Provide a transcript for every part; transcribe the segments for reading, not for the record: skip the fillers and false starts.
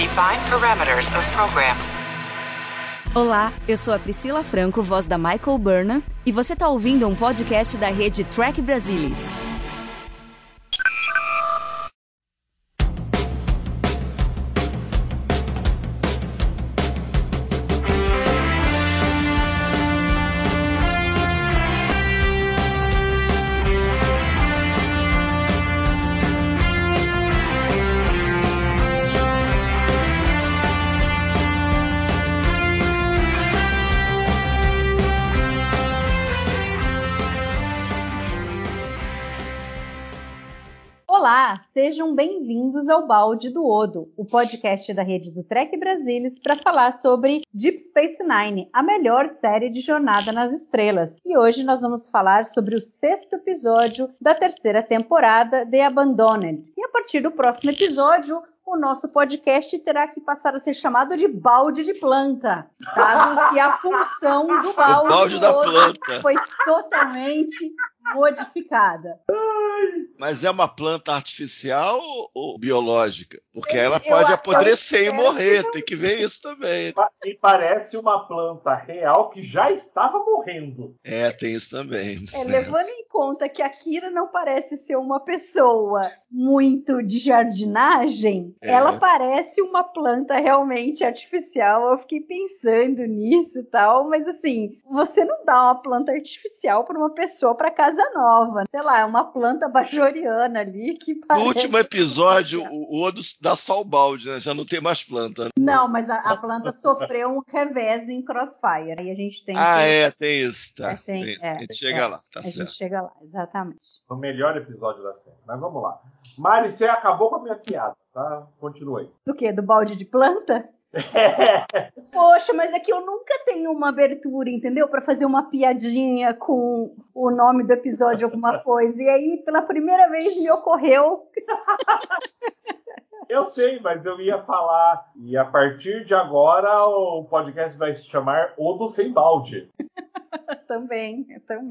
Define parameters of program. Olá, eu sou a Priscila Franco, voz da Michael Burnham, e você está ouvindo um podcast da rede Trek Brasilis. Olá, sejam bem-vindos ao Balde do Odo, o podcast da rede do Trek Brasilis para falar sobre Deep Space Nine, a melhor série de Jornada nas Estrelas. E hoje nós vamos falar sobre o 6º episódio da 3ª temporada, The Abandoned. E a partir do próximo episódio, o nosso podcast terá que passar a ser chamado de balde de planta, dado que a função do balde da do Odo planta foi totalmente modificada. Mas é uma planta artificial ou biológica? Porque ela pode apodrecer e morrer, tem que ver isso também. E parece uma planta real que já estava morrendo. É, tem isso também. Levando em conta que a Kira não parece ser uma pessoa muito de jardinagem, ela parece uma planta realmente artificial. Eu fiquei pensando nisso e tal, mas assim, você não dá uma planta artificial para uma pessoa para casa nova. Sei lá, é uma planta bajoriana ali que parece... No último episódio, o Odo dá só o balde, né? Já não tem mais planta. Né? Não, mas a planta sofreu um revés em Crossfire. Aí a gente tem tem isso, tá. Tem isso. A gente chega lá, tá certo. A gente chega lá, exatamente. O melhor episódio da série. Mas vamos lá. Mari, você acabou com a minha piada, tá? Continua aí. Do quê? Do balde de planta? Poxa, mas é que eu nunca tenho uma abertura, entendeu? Pra fazer uma piadinha com o nome do episódio, alguma coisa. E aí, pela primeira vez, me ocorreu. Eu sei, mas eu ia falar. E a partir de agora, o podcast vai se chamar Odo Sem Balde. Também,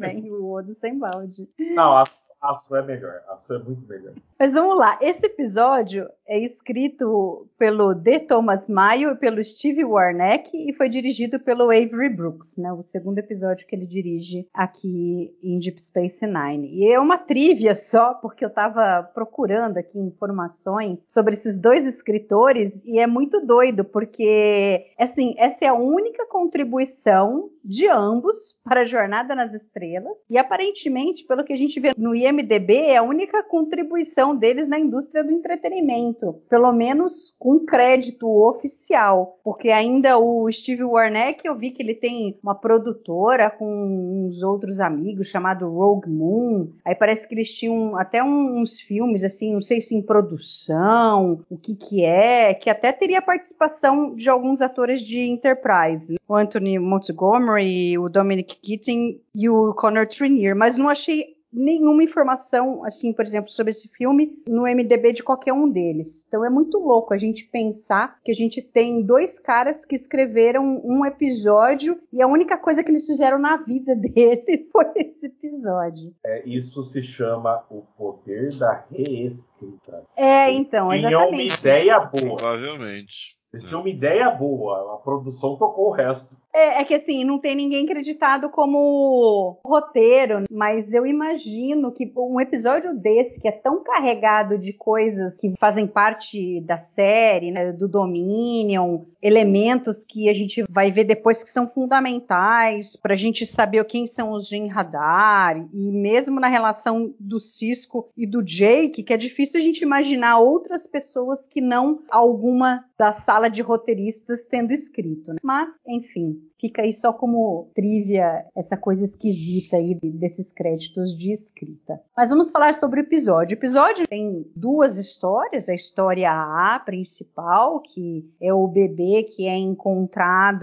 o Odo Sem Balde. Não, a sua é melhor. A sua é muito melhor. Mas vamos lá. Esse episódio é escrito pelo D. Thomas Mayo e pelo Steve Warneck e foi dirigido pelo Avery Brooks, né? O 2º episódio que ele dirige aqui em Deep Space Nine. E é uma trivia só, porque eu estava procurando aqui informações sobre esses dois escritores e é muito doido, porque assim, essa é a única contribuição de ambos para a Jornada nas Estrelas e aparentemente, pelo que a gente vê no IMDb, é a única contribuição deles na indústria do entretenimento, pelo menos com crédito oficial, porque ainda o Steve Warneck, eu vi que ele tem uma produtora com uns outros amigos chamado Rogue Moon, aí parece que eles tinham até uns filmes assim, não sei se em produção, o que é, que até teria participação de alguns atores de Enterprise, o Anthony Montgomery, o Dominic Keating e o Connor Trinneer, mas não achei nenhuma informação, assim, por exemplo, sobre esse filme no IMDb de qualquer um deles. Então é muito louco a gente pensar que a gente tem dois caras que escreveram um episódio e a única coisa que eles fizeram na vida deles foi esse episódio. Isso se chama o poder da reescrita. Então, exatamente. Tinha uma ideia boa. Provavelmente. Eles tinham uma ideia boa, a produção tocou o resto. É que assim, não tem ninguém acreditado como roteiro, mas eu imagino que um episódio desse, que é tão carregado de coisas que fazem parte da série, né, do Dominion, elementos que a gente vai ver depois que são fundamentais pra gente saber quem são os Jin-Hadar, e mesmo na relação do Sisko e do Jake, que é difícil a gente imaginar outras pessoas que não alguma da sala de roteiristas tendo escrito, né? Mas, enfim, fica aí só como trivia essa coisa esquisita aí desses créditos de escrita. Mas vamos falar sobre o episódio. O episódio tem duas histórias. A história A principal, que é o bebê que é encontrado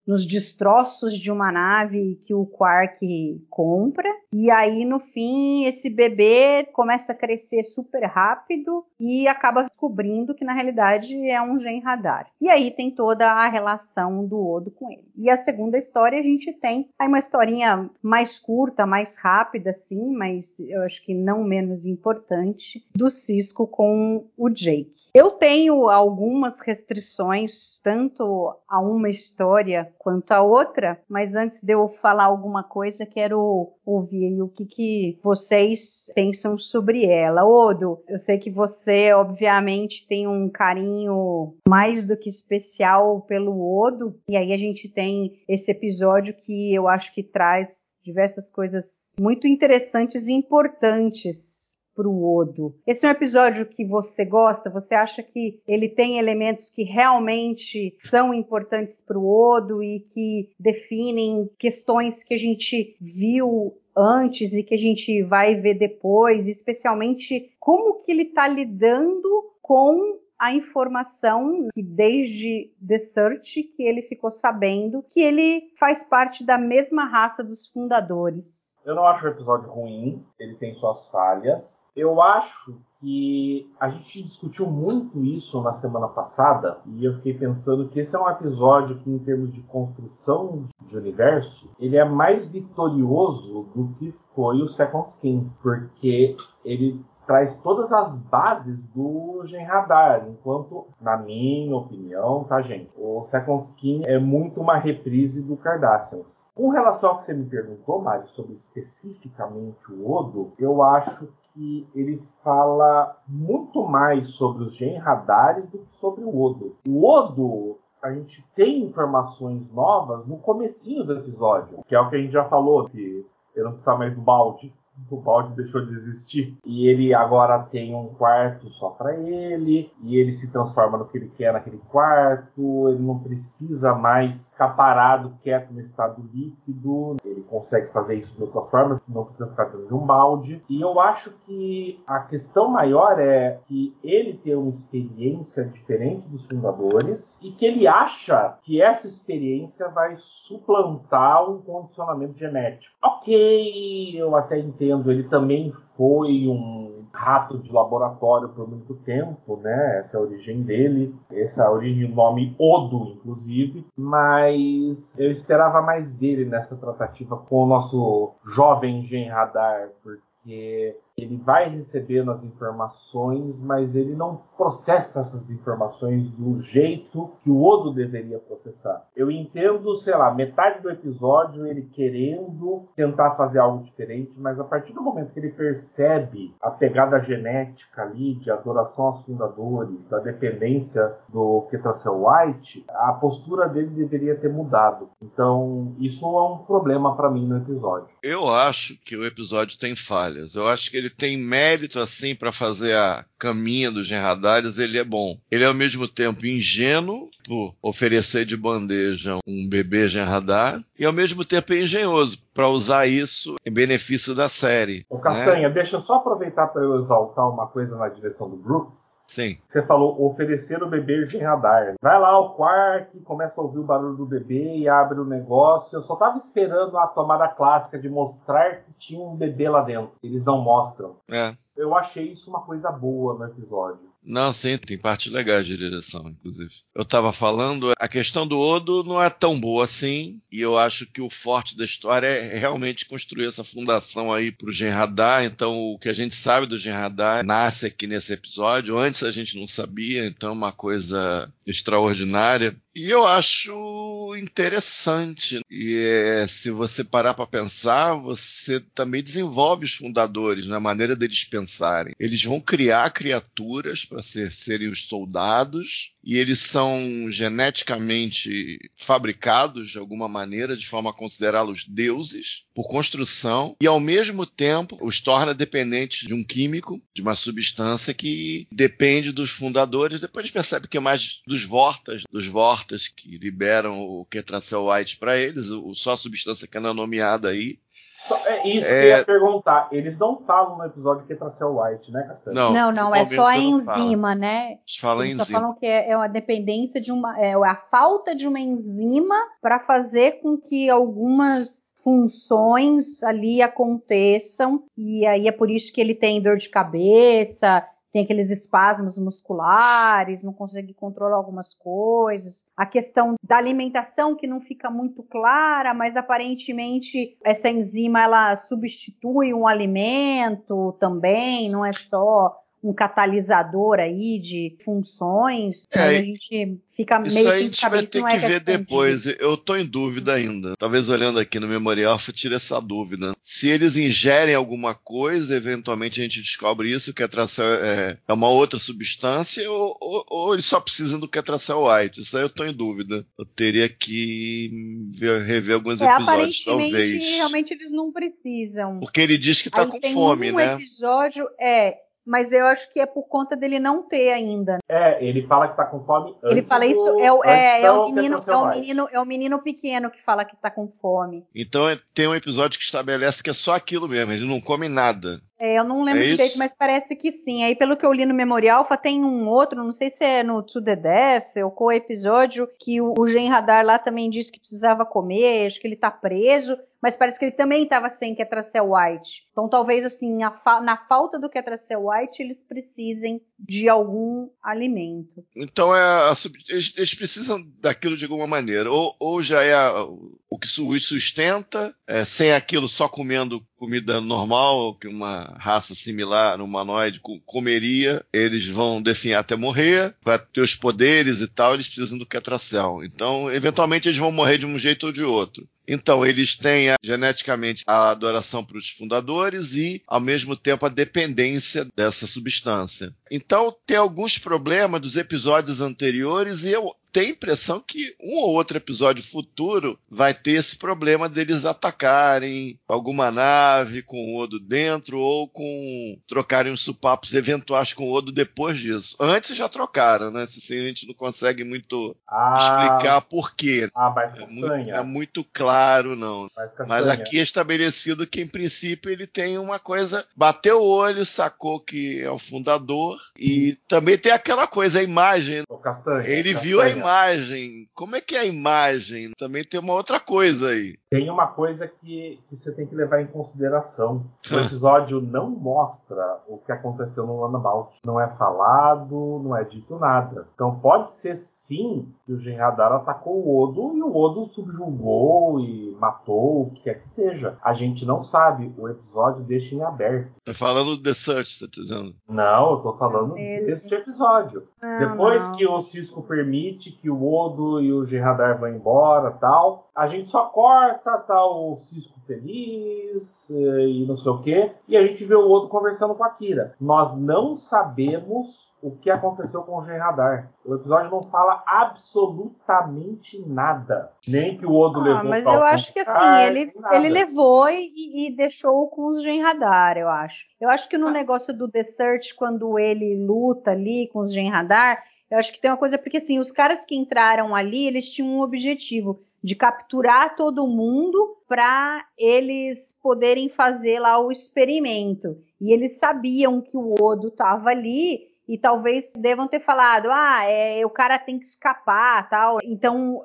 nos destroços de uma nave que o Quark compra. E aí, no fim, esse bebê começa a crescer super rápido e acaba descobrindo que, na realidade, é um Jem'Hadar. E aí tem toda a relação do Odo com ele. E a segunda história, a gente tem aí uma historinha mais curta, mais rápida, sim, mas eu acho que não menos importante, do Sisko com o Jake. Eu tenho algumas restrições, tanto a uma história quanto a outra, mas antes de eu falar alguma coisa, quero ouvir aí o que vocês pensam sobre ela. Odo, eu sei que você, obviamente, tem um carinho mais do que especial pelo Odo, e aí a gente tem esse episódio que eu acho que traz diversas coisas muito interessantes e importantes para o Odo. Esse é um episódio que você gosta? Você acha que ele tem elementos que realmente são importantes para o Odo e que definem questões que a gente viu antes e que a gente vai ver depois, especialmente como que ele está lidando com a informação que desde The Search que ele ficou sabendo que ele faz parte da mesma raça dos fundadores. Eu não acho o episódio ruim, ele tem suas falhas. Eu acho que a gente discutiu muito isso na semana passada e eu fiquei pensando que esse é um episódio que, em termos de construção de universo, ele é mais vitorioso do que foi o Second Skin, porque ele traz todas as bases do Jem'Hadar, enquanto, na minha opinião, tá, gente, o Second Skin é muito uma reprise do Cardassians. Com relação ao que você me perguntou, Mário, sobre especificamente o Odo, eu acho que ele fala muito mais sobre os Jem'Hadares do que sobre o Odo. O Odo, a gente tem informações novas no comecinho do episódio, que é o que a gente já falou, que eu não precisava mais do balde. O balde deixou de existir. E ele agora tem um quarto só para ele. E ele se transforma no que ele quer naquele quarto. Ele não precisa mais ficar parado, quieto no estado líquido. Ele consegue fazer isso de outras formas. Não precisa ficar dentro de um balde. E eu acho que a questão maior é que ele tem uma experiência diferente dos fundadores. E que ele acha que essa experiência vai suplantar um condicionamento genético. Ok, eu até entendo. Ele também foi um rato de laboratório por muito tempo, né? Essa é a origem dele. Essa é a origem do nome Odo, inclusive. Mas eu esperava mais dele nessa tratativa com o nosso jovem Jem'Hadar, porque ele vai recebendo as informações, mas ele não processa essas informações do jeito que o Odo deveria processar. Eu entendo, sei lá, metade do episódio ele querendo tentar fazer algo diferente, mas a partir do momento que ele percebe a pegada genética ali de adoração aos fundadores, da dependência do Ketracel White, a postura dele deveria ter mudado. Então, isso é um problema para mim no episódio. Eu acho que o episódio tem falhas. Eu acho que ele tem mérito, assim, para fazer a caminha dos Jem'Hadares, ele é bom. Ele é, ao mesmo tempo, ingênuo, por oferecer de bandeja um bebê Jem'Hadar, e, ao mesmo tempo, é engenhoso, para usar isso em benefício da série. Ô, Castanha, deixa eu só aproveitar para eu exaltar uma coisa na direção do Brooks. Sim. Você falou oferecer o bebê Jem'Hadar. Vai lá ao quarto, começa a ouvir o barulho do bebê e abre o negócio. Eu só tava esperando a tomada clássica de mostrar que tinha um bebê lá dentro. Eles não mostram. É. Eu achei isso uma coisa boa no episódio. Não, sim, tem partes legais de direção, inclusive. Eu estava falando, a questão do Odo não é tão boa assim, e eu acho que o forte da história é realmente construir essa fundação aí pro Jem'Hadar. Então, o que a gente sabe do Jem'Hadar nasce aqui nesse episódio. Antes a gente não sabia, então é uma coisa extraordinária. E eu acho interessante. E se você parar para pensar, você também desenvolve os fundadores na maneira deles pensarem. Eles vão criar criaturas para serem os soldados, e eles são geneticamente fabricados de alguma maneira, de forma a considerá-los deuses, por construção, e ao mesmo tempo os torna dependentes de um químico, de uma substância que depende dos fundadores. Depois a gente percebe que é mais dos Vortas que liberam o Ketracel White para eles, só a substância que não é nomeada aí. Isso que eu ia perguntar. Eles não falam no episódio que é Tracel White, né, Castanho? Não, é só a enzima, né? Eles falam Eles enzima. só falam que é uma dependência de a falta de uma enzima para fazer com que algumas funções ali aconteçam, e aí é por isso que ele tem dor de cabeça, tem aqueles espasmos musculares, não consegue controlar algumas coisas. A questão da alimentação que não fica muito clara, mas aparentemente essa enzima ela substitui um alimento também, não é só um catalisador aí de funções, mas a gente fica meio isso aí a sem gente saber vai se ter não é que ver questão depois. Eu tô em dúvida ainda. Talvez olhando aqui no Memorial eu tire essa dúvida. Se eles ingerem alguma coisa, eventualmente a gente descobre isso, que a Tracel é uma outra substância, ou eles só precisam do que é Tracel White. Isso aí eu tô em dúvida. Eu teria que rever alguns episódios, aparentemente, talvez. realmente eles não precisam. Porque ele diz que tá Aí com tem fome, um né? episódio, mas eu acho que é por conta dele não ter ainda. Ele fala que tá com fome antes. Ele fala isso, o menino pequeno que fala que tá com fome. Então tem um episódio que estabelece que é só aquilo mesmo, ele não come nada. Eu não lembro direito, mas parece que sim. Aí pelo que eu li no Memorial, tem um outro, não sei se é no To The Death ou qual episódio, que o Gen Radar lá também disse que precisava comer, acho que ele tá preso, mas parece que ele também estava sem Ketracel White. Então talvez assim, na falta do Ketracel White, eles precisem de algum alimento. Então eles precisam daquilo de alguma maneira. Ou já é o que os sustenta, sem aquilo só comendo comida normal, que uma raça similar, um humanoide, comeria, eles vão definhar até morrer, vai ter os poderes e tal, eles precisam do Ketracel. Então, eventualmente, eles vão morrer de um jeito ou de outro. Então, eles têm geneticamente a adoração para os fundadores e, ao mesmo tempo, a dependência dessa substância. Então, tem alguns problemas dos episódios anteriores e eu tenho a impressão que um ou outro episódio futuro vai ter esse problema deles atacarem alguma nave com o Odo dentro ou trocarem os supapos eventuais com o Odo depois disso. Antes já trocaram, né? Assim, a gente não consegue muito explicar por quê. É muito claro, não. Mas aqui é estabelecido que, em princípio, ele tem uma coisa, bateu o olho, sacou que é o fundador e também tem aquela coisa, a imagem. Ele viu a imagem. Como é que é a imagem? Também tem uma outra coisa aí. Tem uma coisa que você tem que levar em consideração. O episódio não mostra o que aconteceu no Runabout. Não é falado, não é dito nada. Então pode ser sim que o Gen Radar atacou o Odo e o Odo subjugou e matou, o que quer que seja. A gente não sabe. O episódio deixa em aberto. Tá falando do The Search, tá dizendo? Não, eu tô falando deste episódio. Depois que o Sisko permite que o Odo e o Gen Radar vão embora, tal, a gente só corta, tal, o Sisko feliz e não sei o quê, e a gente vê o Odo conversando com a Kira. Nós não sabemos o que aconteceu com o Gen Radar. O episódio não fala absolutamente nada. Nem que o Odo levou mas eu acho que assim, ele levou e deixou com os Gen Radar, eu acho. Eu acho que no negócio do The Search, quando ele luta ali com os Gen Radar, eu acho que tem uma coisa, porque assim, os caras que entraram ali, eles tinham um objetivo de capturar todo mundo para eles poderem fazer lá o experimento. E eles sabiam que o Odo estava ali e talvez devam ter falado, o cara tem que escapar, tal. Então,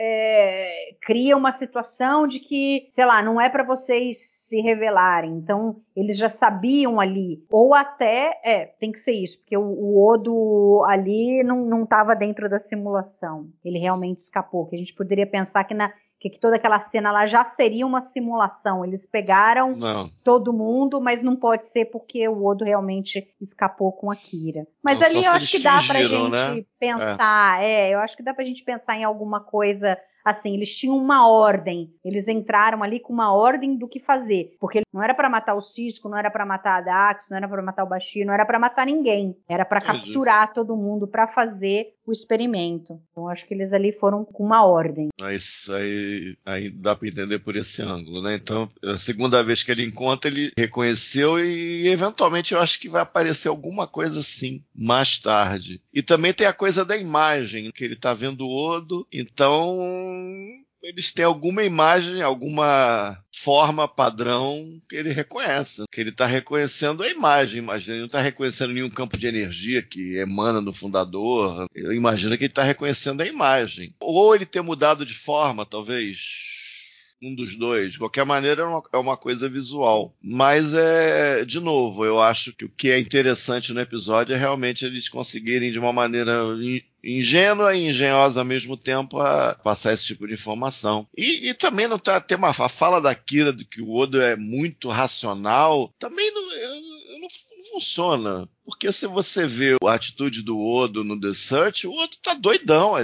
cria uma situação de que, sei lá, não é para vocês se revelarem. Então, eles já sabiam ali. Ou até, tem que ser isso, porque o Odo ali não estava dentro da simulação. Ele realmente escapou. Que a gente poderia pensar que toda aquela cena lá já seria uma simulação. Eles pegaram todo mundo, mas não pode ser porque o Odo realmente escapou com a Kira. Mas ali eu acho que dá pra gente pensar, eu acho que dá pra gente pensar em alguma coisa assim, eles tinham uma ordem, eles entraram ali com uma ordem do que fazer, porque não era pra matar o Sisko, não era pra matar a Dax, não era pra matar o Bashir, não era pra matar ninguém, era pra capturar todo mundo pra fazer o experimento. Então acho que eles ali foram com uma ordem. Isso aí dá pra entender por esse ângulo, né? Então, a segunda vez que ele encontra, ele reconheceu e eventualmente eu acho que vai aparecer alguma coisa assim mais tarde. E também tem a coisa da imagem, que ele tá vendo o Odo, então eles têm alguma imagem, alguma forma padrão que ele reconhece, que ele está reconhecendo a imagem, imagina, ele não está reconhecendo nenhum campo de energia que emana do fundador, eu imagino que ele está reconhecendo a imagem, ou ele ter mudado de forma, talvez um dos dois, de qualquer maneira é uma coisa visual, mas de novo, eu acho que o que é interessante no episódio é realmente eles conseguirem de uma maneira ingênua e engenhosa ao mesmo tempo a passar esse tipo de informação. E também não tá, tem a fala da Kira de que o Odo é muito racional, também não funciona. Porque se você vê a atitude do Odo no The Search, o Odo tá doidão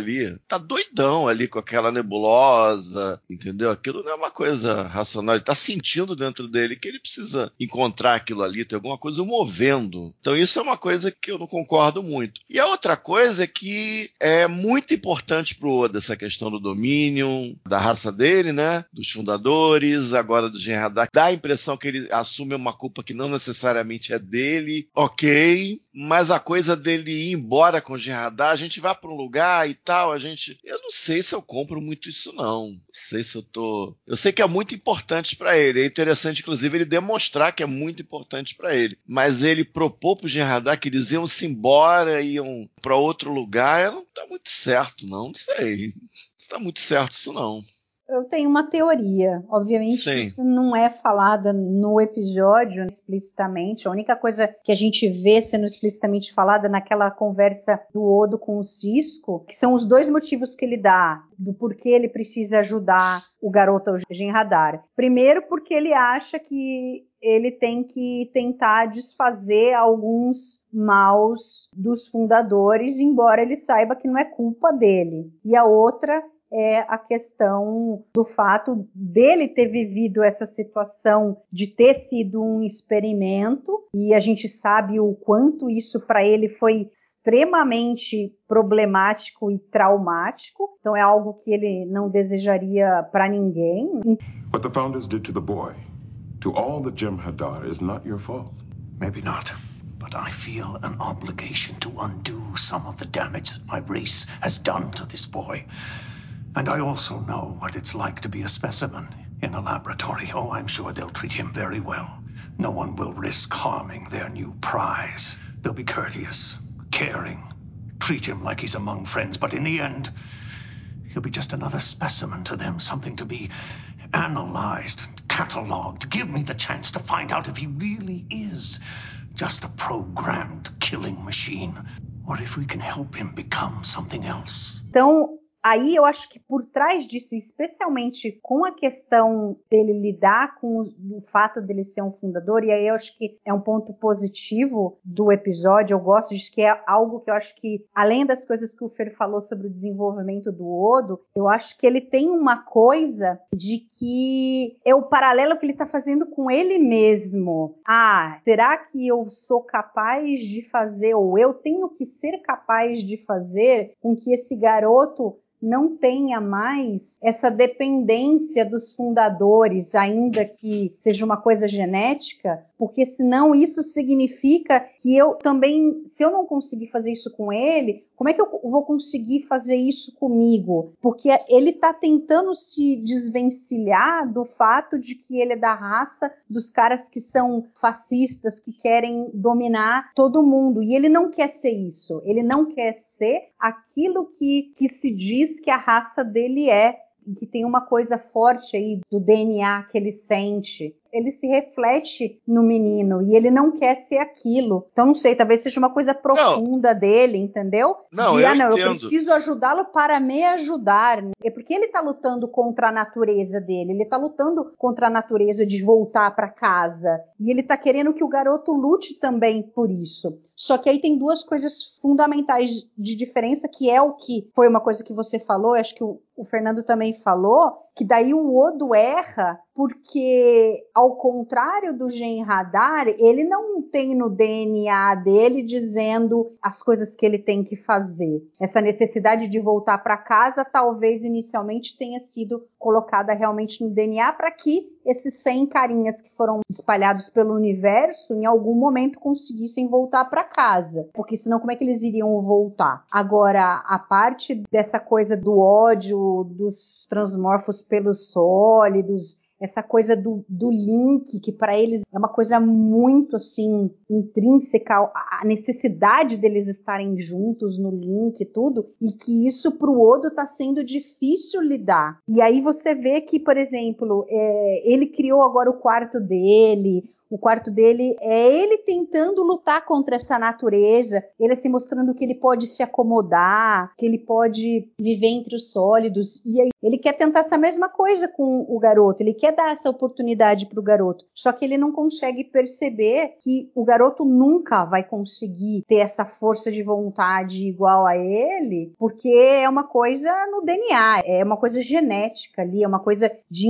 ali com aquela nebulosa, entendeu? Aquilo não é uma coisa racional, ele tá sentindo dentro dele que ele precisa encontrar aquilo ali, tem alguma coisa o movendo. Então isso é uma coisa que eu não concordo muito. E a outra coisa é que é muito importante pro Odo essa questão do Dominion, da raça dele, né? Dos fundadores, agora do Jhenradar. Dá a impressão que ele assume uma culpa que não necessariamente é dele, ok, mas a coisa dele ir embora com o Jhenradar, a gente vai para um lugar e tal, eu não sei se eu compro muito isso não sei se eu sei que é muito importante para ele, é interessante inclusive ele demonstrar que é muito importante para ele, mas ele propor pro Jhenradar que eles iam se embora, iam para outro lugar, não tá muito certo não sei, não tá muito certo isso não. Eu tenho uma teoria. Obviamente, Sim. Isso não é falada no episódio explicitamente. A única coisa que a gente vê sendo explicitamente falada naquela conversa do Odo com o Sisko, que são os dois motivos que ele dá do porquê ele precisa ajudar o garoto Jhenradar. Primeiro, porque ele acha que ele tem que tentar desfazer alguns maus dos fundadores, embora ele saiba que não é culpa dele. E a outra é a questão do fato dele ter vivido essa situação de ter sido um experimento, e a gente sabe o quanto isso para ele foi extremamente problemático e traumático, então é algo que ele não desejaria para ninguém. What the founders did to the boy, to all the Jem'Hadar, is not your fault. Maybe not, but I feel an obligation to undo some of the damage that my race has done to this boy. And I also know what it's like to be a specimen in a laboratory. Oh, I'm sure they'll treat him very well. No one will risk harming their new prize. They'll be courteous, caring, treat him like he's among friends. But in the end, he'll be just another specimen to them, something to be analyzed, catalogued. Give me the chance to find out if he really is just a programmed killing machine. Or if we can help him become something else. Então, aí eu acho que por trás disso, especialmente com a questão dele lidar com o fato dele ser um fundador, e aí eu acho que é um ponto positivo do episódio, eu gosto disso, que é algo que eu acho que, além das coisas que o Fer falou sobre o desenvolvimento do Odo, eu acho que ele tem uma coisa de que é o paralelo que ele está fazendo com ele mesmo. Será que eu sou capaz de fazer, ou eu tenho que ser capaz de fazer com que esse garoto não tenha mais essa dependência dos fundadores, ainda que seja uma coisa genética, porque senão isso significa que eu também, se eu não conseguir fazer isso com ele, como é que eu vou conseguir fazer isso comigo? Porque ele está tentando se desvencilhar do fato de que ele é da raça dos caras que são fascistas, que querem dominar todo mundo. E ele não quer ser isso. Ele não quer ser aquilo que se diz que a raça dele é. Que tem uma coisa forte aí do DNA que ele sente. Ele se reflete no menino e ele não quer ser aquilo. Então, não sei, talvez seja uma coisa profunda dele, entendeu? Eu preciso ajudá-lo para me ajudar. É porque ele está lutando contra a natureza dele. Ele está lutando contra a natureza de voltar para casa. E ele está querendo que o garoto lute também por isso. Só que aí tem duas coisas fundamentais de diferença, que é o que foi uma coisa que você falou, acho que o Fernando também falou, que daí o Odo erra porque, ao contrário do Jem'Hadar, ele não tem no DNA dele dizendo as coisas que ele tem que fazer. Essa necessidade de voltar para casa talvez inicialmente tenha sido colocada realmente no DNA para que esses 100 carinhas que foram espalhados pelo universo em algum momento conseguissem voltar para casa, porque senão como é que eles iriam voltar? Agora, a parte dessa coisa do ódio dos transmorfos pelos sólidos, essa coisa do link, que para eles é uma coisa muito, assim, intrínseca, a necessidade deles estarem juntos no link e tudo, e que isso pro Odo tá sendo difícil lidar. E aí você vê que, por exemplo, ele criou agora o quarto dele. O quarto dele é ele tentando lutar contra essa natureza, ele se mostrando que ele pode se acomodar, que ele pode viver entre os sólidos. E aí ele quer tentar essa mesma coisa com o garoto, ele quer dar essa oportunidade para o garoto. Só que ele não consegue perceber que o garoto nunca vai conseguir ter essa força de vontade igual a ele, porque é uma coisa no DNA, é uma coisa genética ali, é uma coisa de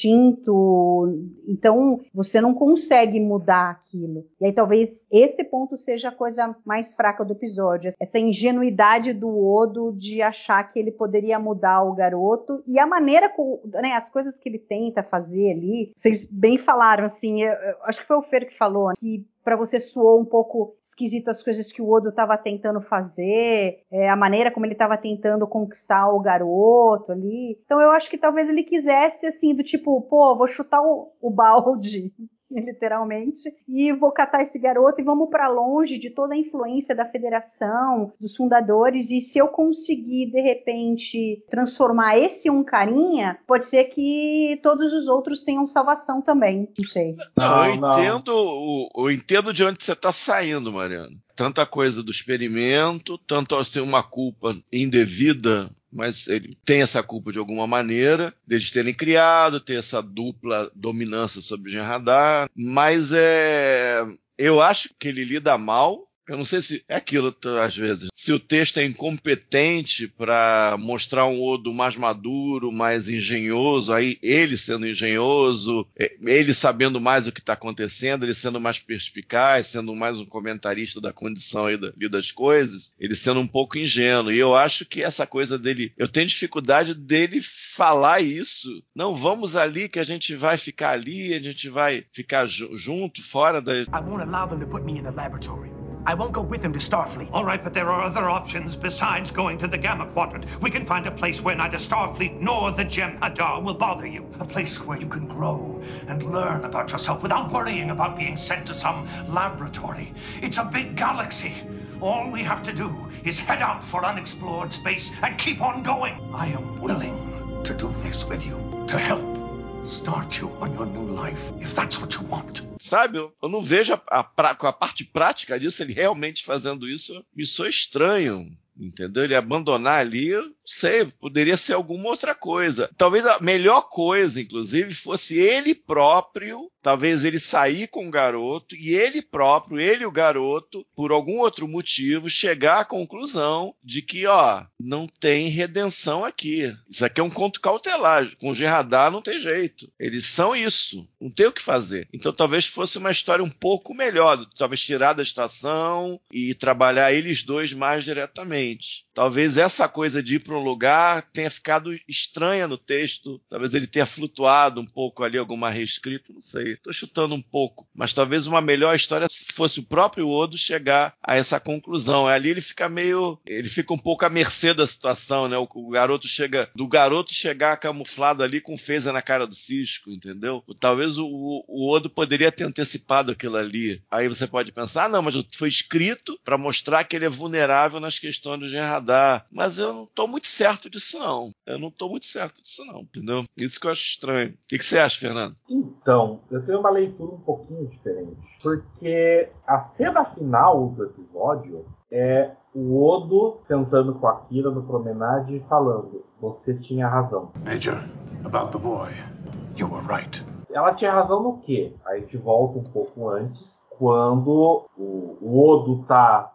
instinto. Então você não consegue mudar aquilo. E aí talvez esse ponto seja a coisa mais fraca do episódio. Essa ingenuidade do Odo de achar que ele poderia mudar o garoto e a maneira, né, as coisas que ele tenta fazer ali. Vocês bem falaram, assim, eu acho que foi o Fer que falou, né, que para você soou um pouco esquisito as coisas que o Odo estava tentando fazer, a maneira como ele estava tentando conquistar o garoto ali. Então eu acho que talvez ele quisesse, assim, do tipo, pô, vou chutar o balde, literalmente, e vou catar esse garoto e vamos para longe de toda a influência da federação, dos fundadores, e se eu conseguir, de repente, transformar esse um carinha, pode ser que todos os outros tenham salvação também, não sei. Eu entendo de onde você está saindo, Mariana. Tanta coisa do experimento, tanto assim uma culpa indevida, mas ele tem essa culpa de alguma maneira, deles terem criado, ter essa dupla dominância sobre o Jem'Hadar, mas eu acho que ele lida mal. Eu não sei se é aquilo, às vezes, se o texto é incompetente para mostrar um Odo mais maduro, mais engenhoso, aí ele sendo engenhoso, ele sabendo mais o que está acontecendo, ele sendo mais perspicaz, sendo mais um comentarista da condição aí das coisas, ele sendo um pouco ingênuo. E eu acho que essa coisa dele, eu tenho dificuldade dele falar isso. Não, vamos ali que a gente vai ficar ali, a gente vai ficar junto, fora da... I won't allow them to put me in a laboratory. I won't go with them to Starfleet. All right, but there are other options besides going to the Gamma Quadrant. We can find a place where neither Starfleet nor the Jem'Hadar will bother you. A place where you can grow and learn about yourself without worrying about being sent to some laboratory. It's a big galaxy. All we have to do is head out for unexplored space and keep on going. I am willing to do this with you, to help start you on your new life, if that's what you want. Sabe, eu não vejo a parte prática disso, ele realmente fazendo isso, me soa estranho. Entendeu? Ele abandonar ali, eu não sei, poderia ser alguma outra coisa. Talvez a melhor coisa, inclusive, fosse ele próprio, talvez ele sair com o garoto e ele próprio, ele e o garoto, por algum outro motivo, chegar à conclusão de que, não tem redenção aqui. Isso aqui é um conto cautelar. Com o Jem'Hadar não tem jeito. Eles são isso. Não tem o que fazer. Então talvez fosse uma história um pouco melhor. Talvez tirar da estação e trabalhar eles dois mais diretamente. Talvez essa coisa de ir para um lugar tenha ficado estranha no texto. Talvez ele tenha flutuado um pouco ali, alguma reescrita, não sei. Estou chutando um pouco. Mas talvez uma melhor história fosse o próprio Odo chegar a essa conclusão. Ali ele fica um pouco à mercê da situação, né? O garoto chegar camuflado ali com feza na cara do Cisco, entendeu? Talvez o Odo poderia ter antecipado aquilo ali. Aí você pode pensar, não, mas foi escrito para mostrar que ele é vulnerável nas questões do Jem'Hadar, mas eu não tô muito certo disso não, entendeu? Isso que eu acho estranho. O que você acha, Fernando? Então, eu tenho uma leitura um pouquinho diferente, porque a cena final do episódio é o Odo sentando com a Kira no promenade e falando, você tinha razão. Major, about the boy, you were right. Ela tinha razão no quê? Aí a gente volta um pouco antes, quando o Odo tá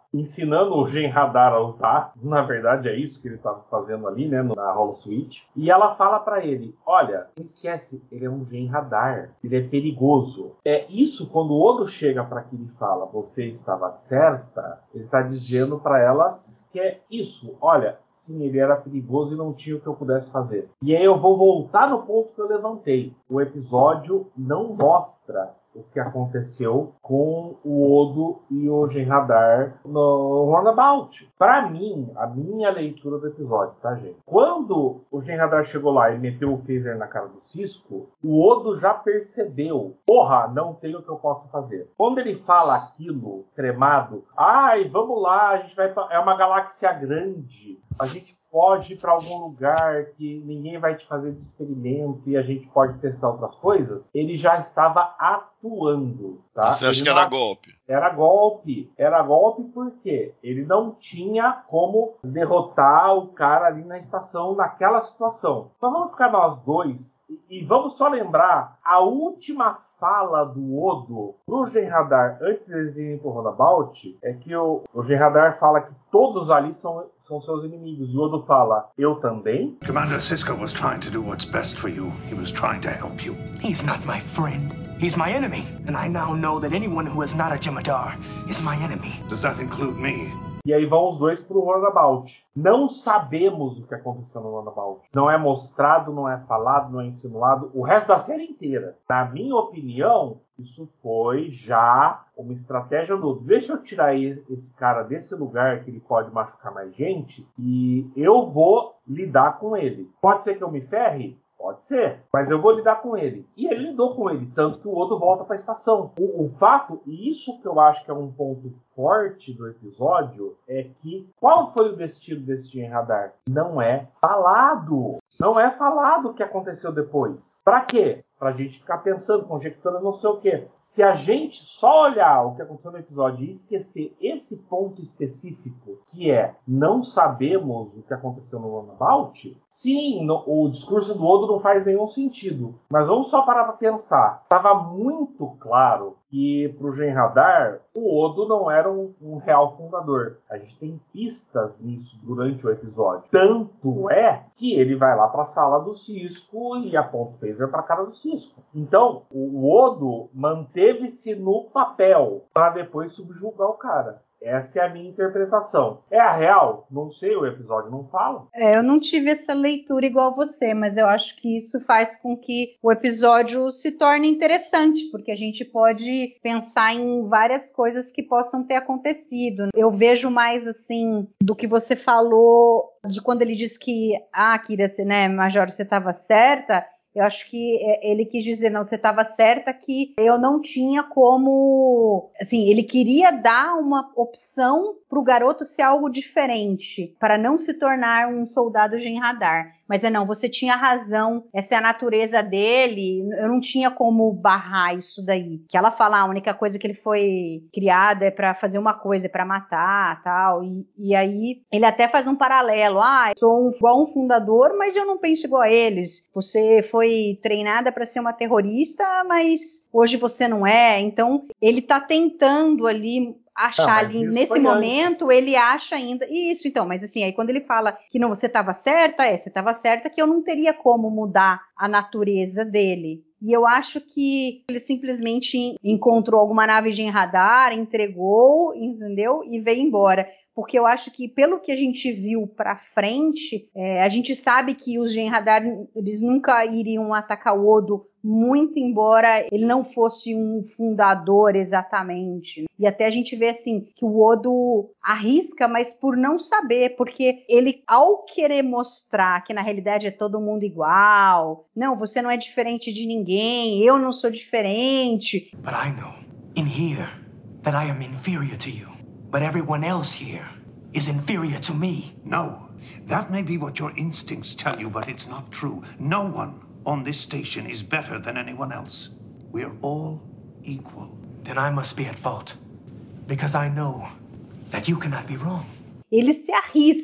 ensinando o Jem'Hadar a lutar. Na verdade é isso que ele estava fazendo ali, né, na Holosuite. E ela fala para ele, olha, não esquece, ele é um Jem'Hadar, ele é perigoso. É isso, quando o Odo chega para aquilo e fala, você estava certa, ele está dizendo para ela que é isso, olha, sim, ele era perigoso e não tinha o que eu pudesse fazer. E aí eu vou voltar no ponto que eu levantei. O episódio não mostra o que aconteceu com o Odo e o Jem'Hadar no Runabout. Para mim, a minha leitura do episódio, tá, gente? Quando o Jem'Hadar chegou lá e meteu o phaser na cara do Sisko, o Odo já percebeu, porra, não tem o que eu possa fazer. Quando ele fala aquilo, tremado, ai, vamos lá, a gente vai pra... é uma galáxia grande, a gente pode ir para algum lugar que ninguém vai te fazer de experimento e a gente pode testar outras coisas, ele já estava atuando. Tá? Você acha que era golpe? Era golpe. Era golpe porque ele não tinha como derrotar o cara ali na estação, naquela situação. Mas vamos ficar nós dois e vamos só lembrar a última fala do Odo pro Jem'Hadar antes de eles irem pro Runabout é que o Jem'Hadar fala que todos ali são seus inimigos. E o Odo fala, eu também? Commander Sisko was trying to do what's best for you. He was trying to help you. He's not my friend. He's my enemy. And I now know that anyone who is not a Jem'Hadar is my enemy. Does that include me? E aí vão os dois pro Runabout. Não sabemos o que aconteceu no Runabout. Não é mostrado, não é falado, não é insinuado. O resto da série inteira. Na minha opinião, isso foi já uma estratégia do outro. Deixa eu tirar esse cara desse lugar que ele pode machucar mais gente e eu vou lidar com ele. Pode ser que eu me ferre? Pode ser, mas eu vou lidar com ele. E ele lidou com ele, tanto que o Odo volta para a estação. O fato, e isso que eu acho que é um ponto forte do episódio, é que qual foi o destino desse Jem'Hadar? Não é falado. Não é falado o que aconteceu depois. Pra quê? Pra gente ficar pensando, conjecturando não sei o quê. Se a gente só olhar o que aconteceu no episódio e esquecer esse ponto específico, que é não sabemos o que aconteceu no Runabout, sim, o discurso do Odo não faz nenhum sentido. Mas vamos só parar pra pensar. Tava muito claro que pro Jem'Hadar, o Odo não era um real fundador. A gente tem pistas nisso durante o episódio. Tanto é que ele vai lá pra sala do Sisko e aponta o phaser pra cara do Sisko. Então, o Odo manteve-se no papel para depois subjugar o cara. Essa é a minha interpretação. É a real? Não sei, o episódio não fala. Eu não tive essa leitura igual você, mas eu acho que isso faz com que o episódio se torne interessante, porque a gente pode pensar em várias coisas que possam ter acontecido. Eu vejo mais, assim, do que você falou, de quando ele disse que, Kira, né, Major, você estava certa. Eu acho que ele quis dizer, não, você estava certa que eu não tinha como... Assim, ele queria dar uma opção para o garoto ser algo diferente, para não se tornar um soldado Jem'Hadar. Mas não, você tinha razão, essa é a natureza dele, eu não tinha como barrar isso daí. Que ela fala, a única coisa que ele foi criado é para fazer uma coisa, é para matar, tal. E aí ele até faz um paralelo, eu sou igual um fundador, mas eu não penso igual a eles. Você foi treinada para ser uma terrorista, mas hoje você não é. Então ele tá tentando ali achar ali, nesse momento, antes. Ele acha ainda isso, então, mas assim, aí quando ele fala que não, você estava certa, você estava certa que eu não teria como mudar a natureza dele. E eu acho que ele simplesmente encontrou alguma nave de radar, entregou, entendeu? E veio embora. Porque eu acho que, pelo que a gente viu pra frente, a gente sabe que os Jem'Hadar, eles nunca iriam atacar o Odo, muito embora ele não fosse um fundador exatamente. E até a gente vê, assim, que o Odo arrisca, mas por não saber, porque ele, ao querer mostrar que na realidade é todo mundo igual, não, você não é diferente de ninguém, eu não sou diferente. But I know, in here, that I am inferior to you. But everyone else here is inferior to me. No, that may be what your instincts tell you, but it's not true. No one on this station is better than anyone else. We're all equal. Then I must be at fault, because I know that you cannot be wrong. Ele se arrisca,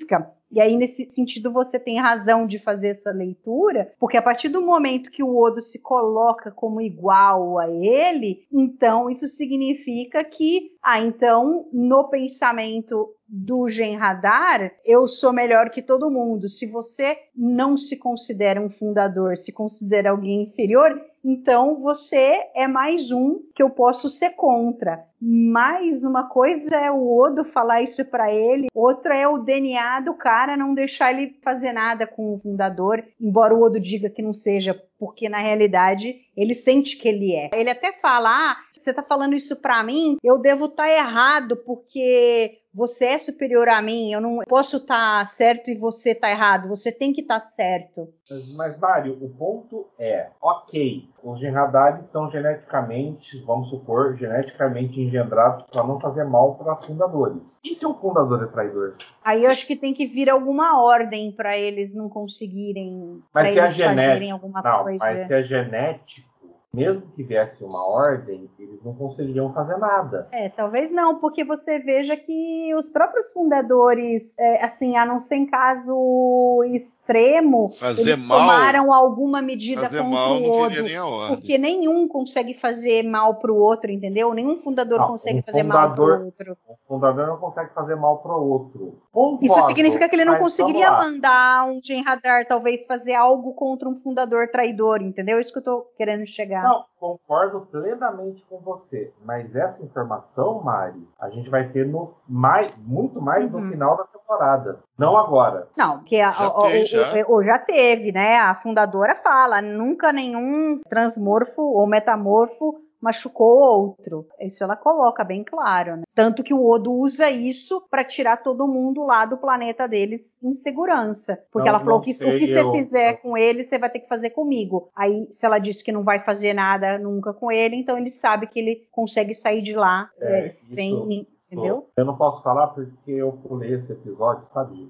E aí, nesse sentido, você tem razão de fazer essa leitura, porque a partir do momento que o Odo se coloca como igual a ele, então isso significa que, então, no pensamento do Jem'Hadar, eu sou melhor que todo mundo. Se você não se considera um fundador, se considera alguém inferior, então você é mais um que eu posso ser contra. Mas uma coisa é o Odo falar isso pra ele, outra é o DNA do cara não deixar ele fazer nada com o fundador, embora o Odo diga que não seja, porque na realidade ele sente que ele é. Ele até fala, você tá falando isso pra mim, eu devo estar errado, porque você é superior a mim, eu não posso estar certo e você tá errado, você tem que estar certo. Mas, Mário, o ponto é, ok, os Jem'Hadares são geneticamente, vamos supor, geneticamente engendrados para não fazer mal para fundadores. E se um fundador é traidor? Aí eu acho que tem que vir alguma ordem para eles não conseguirem, mas se eles é fazerem alguma não, coisa. Mas se é genético, mesmo que viesse uma ordem, eles não conseguiriam fazer nada. Talvez não, porque você veja que os próprios fundadores, assim, a não ser em caso extremo, eles tomaram alguma medida contra o Odo, porque nenhum consegue fazer mal pro outro, entendeu? Nenhum fundador consegue fazer mal pro outro. O fundador não consegue fazer mal pro outro. Isso significa que ele não conseguiria mandar um Jem'Hadar talvez fazer algo contra um fundador traidor, entendeu? É isso que eu tô querendo chegar. Não, concordo plenamente com você, mas essa informação, Mari, a gente vai ter muito mais no final da temporada, não agora. Não, porque já teve, né? A fundadora fala, nunca nenhum transmorfo ou metamorfo machucou outro. Isso ela coloca bem claro, né? Tanto que o Odo usa isso para tirar todo mundo lá do planeta deles em segurança. Porque ela falou que o que você fizer com ele, você vai ter que fazer comigo. Aí, se ela disse que não vai fazer nada nunca com ele, então ele sabe que ele consegue sair de lá sem... Entendeu? Eu não posso falar porque eu pulei esse episódio, sabe?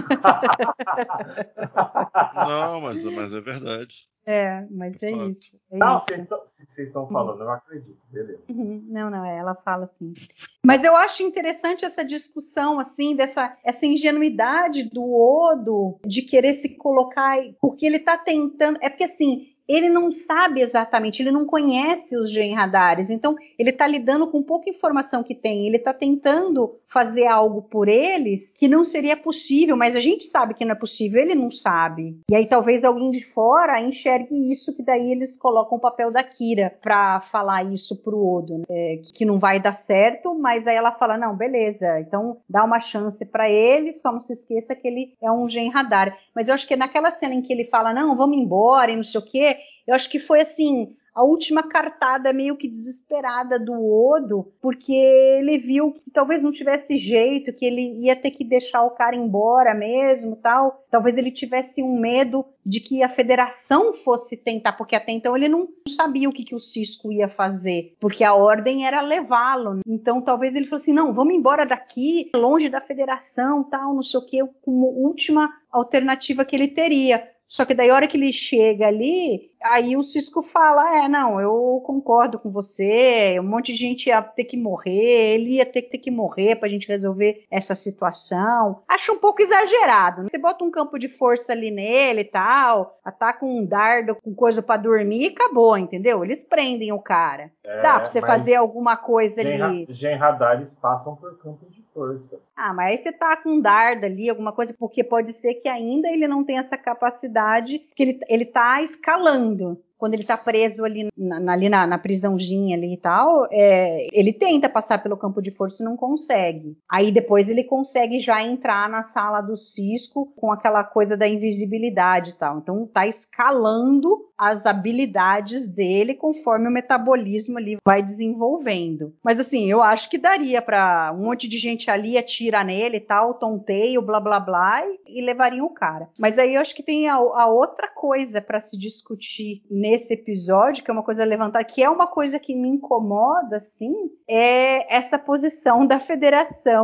Não, mas é verdade. Mas é isso. Não, vocês estão falando, eu acredito, beleza. Não, ela fala assim. Mas eu acho interessante essa discussão, assim, essa ingenuidade do Odo de querer se colocar, porque ele tá tentando, porque assim, ele não sabe exatamente, ele não conhece os Jem'Hadares, então ele está lidando com pouca informação que tem, ele está tentando fazer algo por eles que não seria possível, mas a gente sabe que não é possível, ele não sabe. E aí talvez alguém de fora enxergue isso, que daí eles colocam o papel da Kira para falar isso pro Odo, né? Que não vai dar certo, mas aí ela fala, não, beleza, então dá uma chance para ele, só não se esqueça que ele é um Jem'Hadar. Mas eu acho que naquela cena em que ele fala, não, vamos embora e não sei o quê, eu acho que foi assim, a última cartada meio que desesperada do Odo, porque ele viu que talvez não tivesse jeito, que ele ia ter que deixar o cara embora mesmo, tal. Talvez ele tivesse um medo de que a federação fosse tentar, porque até então ele não sabia o que o Sisko ia fazer, porque a ordem era levá-lo. Então talvez ele fosse assim, não, vamos embora daqui, longe da federação, tal, não sei o que, como última alternativa que ele teria. Só que daí a hora que ele chega ali, aí o Sisko fala, não, eu concordo com você, um monte de gente ia ter que morrer, ele ia ter que morrer pra gente resolver essa situação. Acho um pouco exagerado, né? Você bota um campo de força ali nele e tal, ataca um dardo com coisa pra dormir e acabou, entendeu? Eles prendem o cara. Dá pra você fazer alguma coisa ali. Jem'Hadares passam por campos de força. Mas aí você tá com um dardo ali, alguma coisa, porque pode ser que ainda ele não tenha essa capacidade, que ele tá escalando. Quando ele tá preso ali na prisãozinha ali e tal, ele tenta passar pelo campo de força e não consegue. Aí depois ele consegue já entrar na sala do Sisko com aquela coisa da invisibilidade e tal. Então tá escalando as habilidades dele conforme o metabolismo ali vai desenvolvendo. Mas assim, eu acho que daria pra um monte de gente ali atirar nele e tal, tonteio, blá blá blá, e levariam o cara. Mas aí eu acho que tem a outra coisa pra se discutir nesse episódio, que é uma coisa levantada, que é uma coisa que me incomoda, assim, é essa posição da federação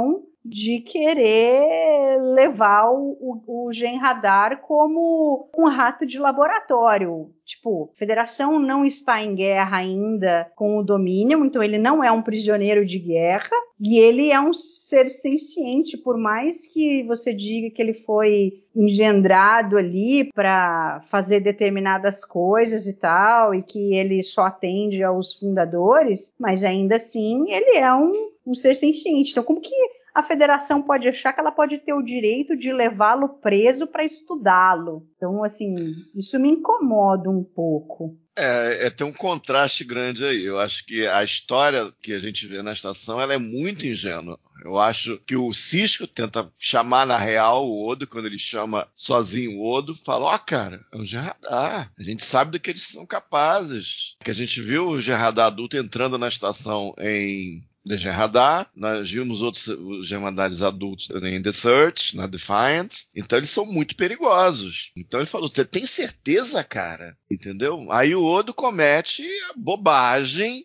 de querer levar o Jem'Hadar como um rato de laboratório. Tipo, a Federação não está em guerra ainda com o Dominion, então ele não é um prisioneiro de guerra, e ele é um ser senciente, por mais que você diga que ele foi engendrado ali para fazer determinadas coisas e tal, e que ele só atende aos fundadores, mas ainda assim ele é um ser senciente. Então, como que a Federação pode achar que ela pode ter o direito de levá-lo preso para estudá-lo? Então, assim, isso me incomoda um pouco. Tem um contraste grande aí. Eu acho que a história que a gente vê na estação ela é muito ingênua. Eu acho que o Sisko tenta chamar na real o Odo, quando ele chama sozinho o Odo, fala, cara, é um Jem'Hadar. A gente sabe do que eles são capazes. Que a gente viu o Jem'Hadar adulto entrando na estação em The Jem'Hadar, nós vimos outros Jem'Hadares adultos em The Search, na Defiant, então eles são muito perigosos. Então ele falou, você tem certeza, cara? Entendeu? Aí o Odo comete a bobagem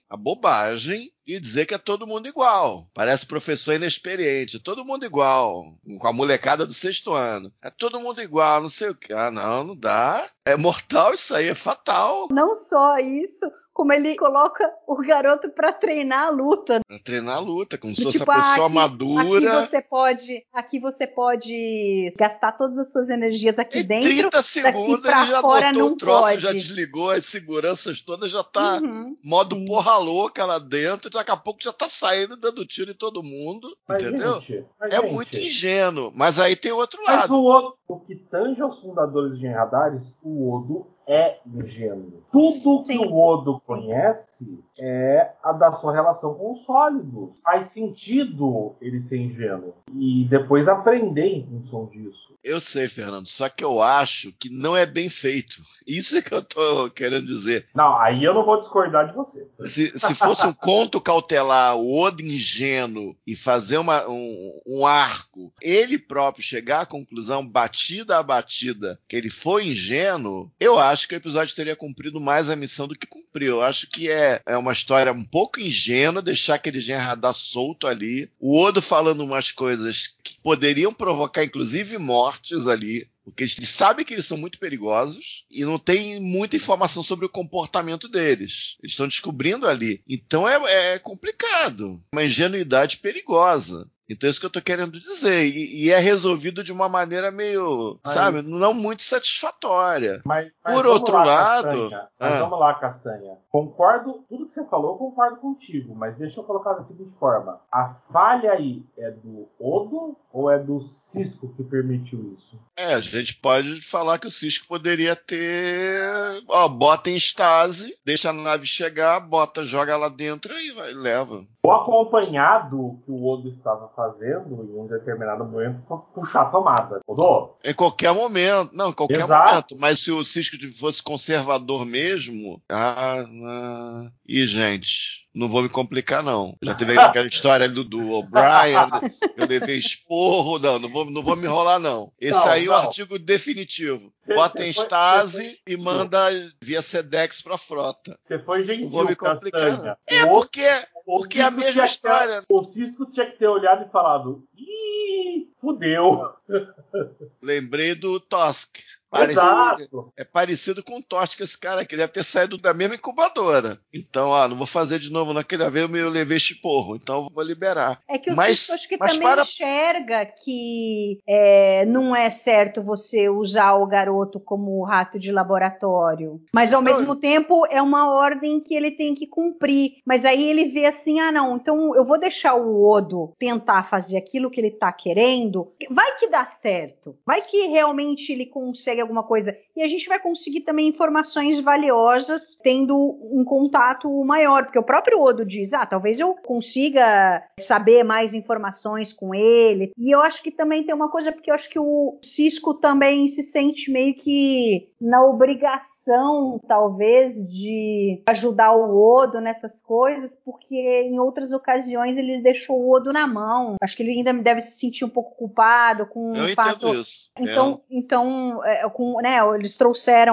e dizer que é todo mundo igual. Parece professor inexperiente, todo mundo igual, com a molecada do 6º ano. É todo mundo igual, não sei o que. Não dá. É mortal isso aí, é fatal. Não só isso, como ele coloca o garoto pra treinar a luta. Pra treinar a luta, como se fosse tipo, a pessoa madura. Aqui você pode gastar todas as suas energias aqui em dentro. 30 segundos ele já botou o troço, já desligou as seguranças todas, já tá modo sim. Porra louca lá dentro, daqui a pouco já tá saindo dando tiro em todo mundo, entendeu? Muito ingênuo, mas aí tem outro lado. Mas o que tange aos fundadores de Jem'Hadares, o Odo é ingênuo. Tudo que o Odo conhece é a da sua relação com os sólidos. Faz sentido ele ser ingênuo. E depois aprender em função disso. Eu sei, Fernando, só que eu acho que não é bem feito. Isso é que eu tô querendo dizer. Não, aí eu não vou discordar de você. Se fosse um conto cautelar, o Odo ingênuo, e fazer um arco, ele próprio chegar à conclusão, batida a batida, que ele foi ingênuo, eu acho que o episódio teria cumprido mais a missão do que cumpriu. Eu acho que é uma história um pouco ingênua, deixar aquele Jem'Hadar solto ali, o Odo falando umas coisas que poderiam provocar, inclusive, mortes ali, porque eles sabem que eles são muito perigosos e não tem muita informação sobre o comportamento deles. Eles estão descobrindo ali. Então é complicado. Uma ingenuidade perigosa. Então é isso que eu tô querendo dizer. E é resolvido de uma maneira meio, sabe, não muito satisfatória. Mas por outro lado... Vamos lá, Castanha. Concordo, tudo que você falou, eu concordo contigo. Mas deixa eu colocar da seguinte forma. A falha aí é do Odo ou é do Sisko que permitiu isso? A gente pode falar que o Sisko poderia ter... bota em estase, deixa a nave chegar, joga lá dentro e leva. O acompanhado que o Odo estava fazendo em um determinado momento foi puxar a tomada. Odo? Em qualquer momento. Não, em qualquer momento. Mas se o Sisko fosse conservador mesmo... E, gente, não vou me complicar, não. Já teve aquela história ali do O'Brien, eu levei esporro. Não vou me enrolar, não. Esse aí é o artigo definitivo. Bota em estase e manda via Sedex pra frota. Você foi gentil, não vou me complicar, Castanha. Porque é a mesma história. O Sisko tinha que ter olhado e falado: ih, fudeu. Lembrei do Tosk. Exato. É parecido com o Tosk, esse cara que deve ter saído da mesma incubadora. Então, não vou fazer de novo naquele vez, eu levei esporro, então vou liberar. É que o Sisko acho que também enxerga que não é certo você usar o garoto como rato de laboratório. Mas, ao mesmo tempo, é uma ordem que ele tem que cumprir. Mas aí ele vê assim, então eu vou deixar o Odo tentar fazer aquilo que ele tá querendo. Vai que dá certo. Vai que realmente ele consegue alguma coisa. E a gente vai conseguir também informações valiosas tendo um contato maior. Porque o próprio Odo diz, talvez eu consiga saber mais informações com ele. E eu acho que também tem uma coisa, porque eu acho que o Sisko também se sente meio que na obrigação, talvez, de ajudar o Odo nessas coisas, porque em outras ocasiões ele deixou o Odo na mão. Acho que ele ainda deve se sentir um pouco culpado com eu entendo isso. Então, eles trouxeram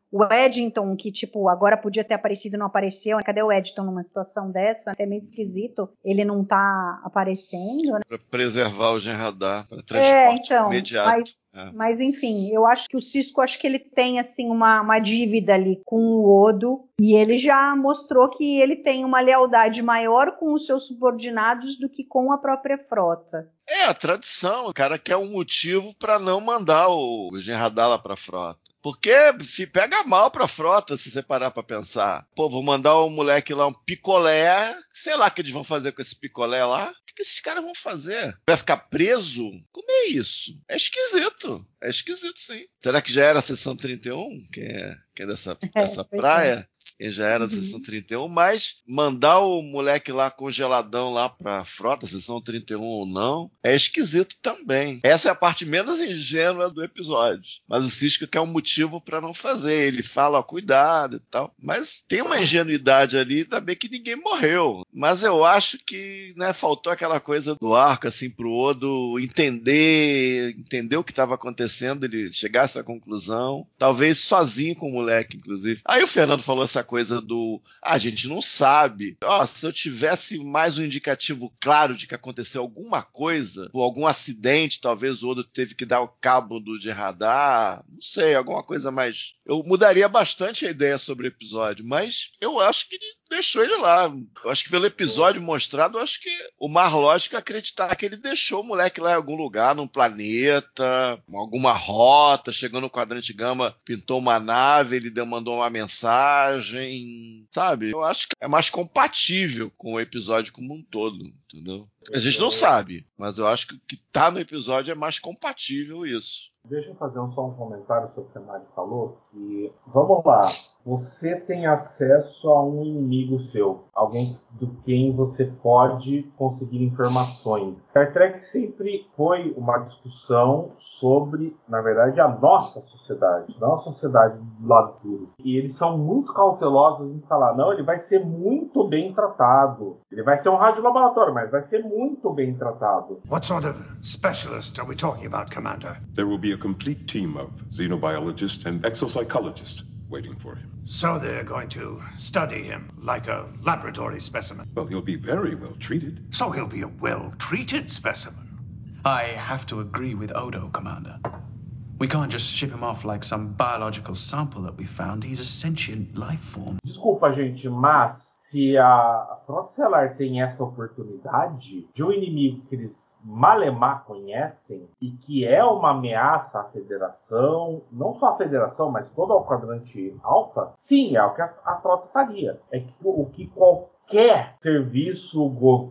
O Eddington, que, tipo, agora podia ter aparecido e não apareceu. Cadê o Eddington numa situação dessa? É meio esquisito ele não tá aparecendo, né? Para preservar o Genradar, para transporte imediato. Mas, enfim, eu acho que o Sisko, acho que ele tem, assim, uma dívida ali com o Odo. E ele já mostrou que ele tem uma lealdade maior com os seus subordinados do que com a própria frota. É a tradição. O cara quer um motivo para não mandar o Genradar lá para a frota. Porque se pega mal pra frota, se você parar pra pensar. Pô, vou mandar o moleque lá um picolé. Sei lá o que eles vão fazer com esse picolé lá. O que esses caras vão fazer? Vai ficar preso? Como é isso? É esquisito. É esquisito, sim. Será que já era a sessão 31? Quem é dessa praia? Ele já era a sessão 31, mas mandar o moleque lá congeladão lá pra frota, sessão 31 ou não, é esquisito também. Essa é a parte menos ingênua do episódio. Mas o Sisko quer um motivo pra não fazer. Ele fala, ó, cuidado e tal. Mas tem uma ingenuidade ali, ainda bem que ninguém morreu. Mas eu acho que, né, faltou aquela coisa do arco, assim, pro Odo entender o que estava acontecendo, ele chegar a essa conclusão. Talvez sozinho com o moleque, inclusive. Aí o Fernando falou essa coisa do a gente não sabe. Se eu tivesse mais um indicativo claro de que aconteceu alguma coisa, ou algum acidente, talvez o Odo teve que dar o cabo do Genradar, não sei, alguma coisa mais. Eu mudaria bastante a ideia sobre o episódio, mas eu acho que ele deixou ele lá. Eu acho que pelo episódio mostrado, eu acho que o mais lógico é acreditar que ele deixou o moleque lá em algum lugar, num planeta, alguma rota, chegou no quadrante Gama, pintou uma nave, ele mandou uma mensagem, sabe? Eu acho que é mais compatível com o episódio como um todo, entendeu? A gente não sabe, mas eu acho que o que tá no episódio é mais compatível isso. Deixa eu fazer só um comentário sobre o que a Mari falou. Que, vamos lá, você tem acesso a um inimigo seu, alguém do quem você pode conseguir informações. Star Trek sempre foi uma discussão sobre, na verdade, a nossa sociedade, não a sociedade do lado duro. E eles são muito cautelosos em falar, não, ele vai ser muito bem tratado. Ele vai ser um radiolaboratório, mas vai ser muito bem tratado. What sort of specialist are we talking about, Commander? There will be a complete team of xenobiologists and exopsychologists waiting for him. So they're going to study him like a laboratory specimen. Well, he'll be very well treated. So he'll be a well-treated specimen. I have to agree with Odo, Commander. We can't just ship him off like some biological sample that we found. He's a sentient life form. Desculpa, gente, mas se a Frota Estelar tem essa oportunidade de um inimigo que eles malemar conhecem e que é uma ameaça à Federação, não só à Federação, mas todo o quadrante Alpha, sim, é o que a Frota faria. É o que qualquer serviço,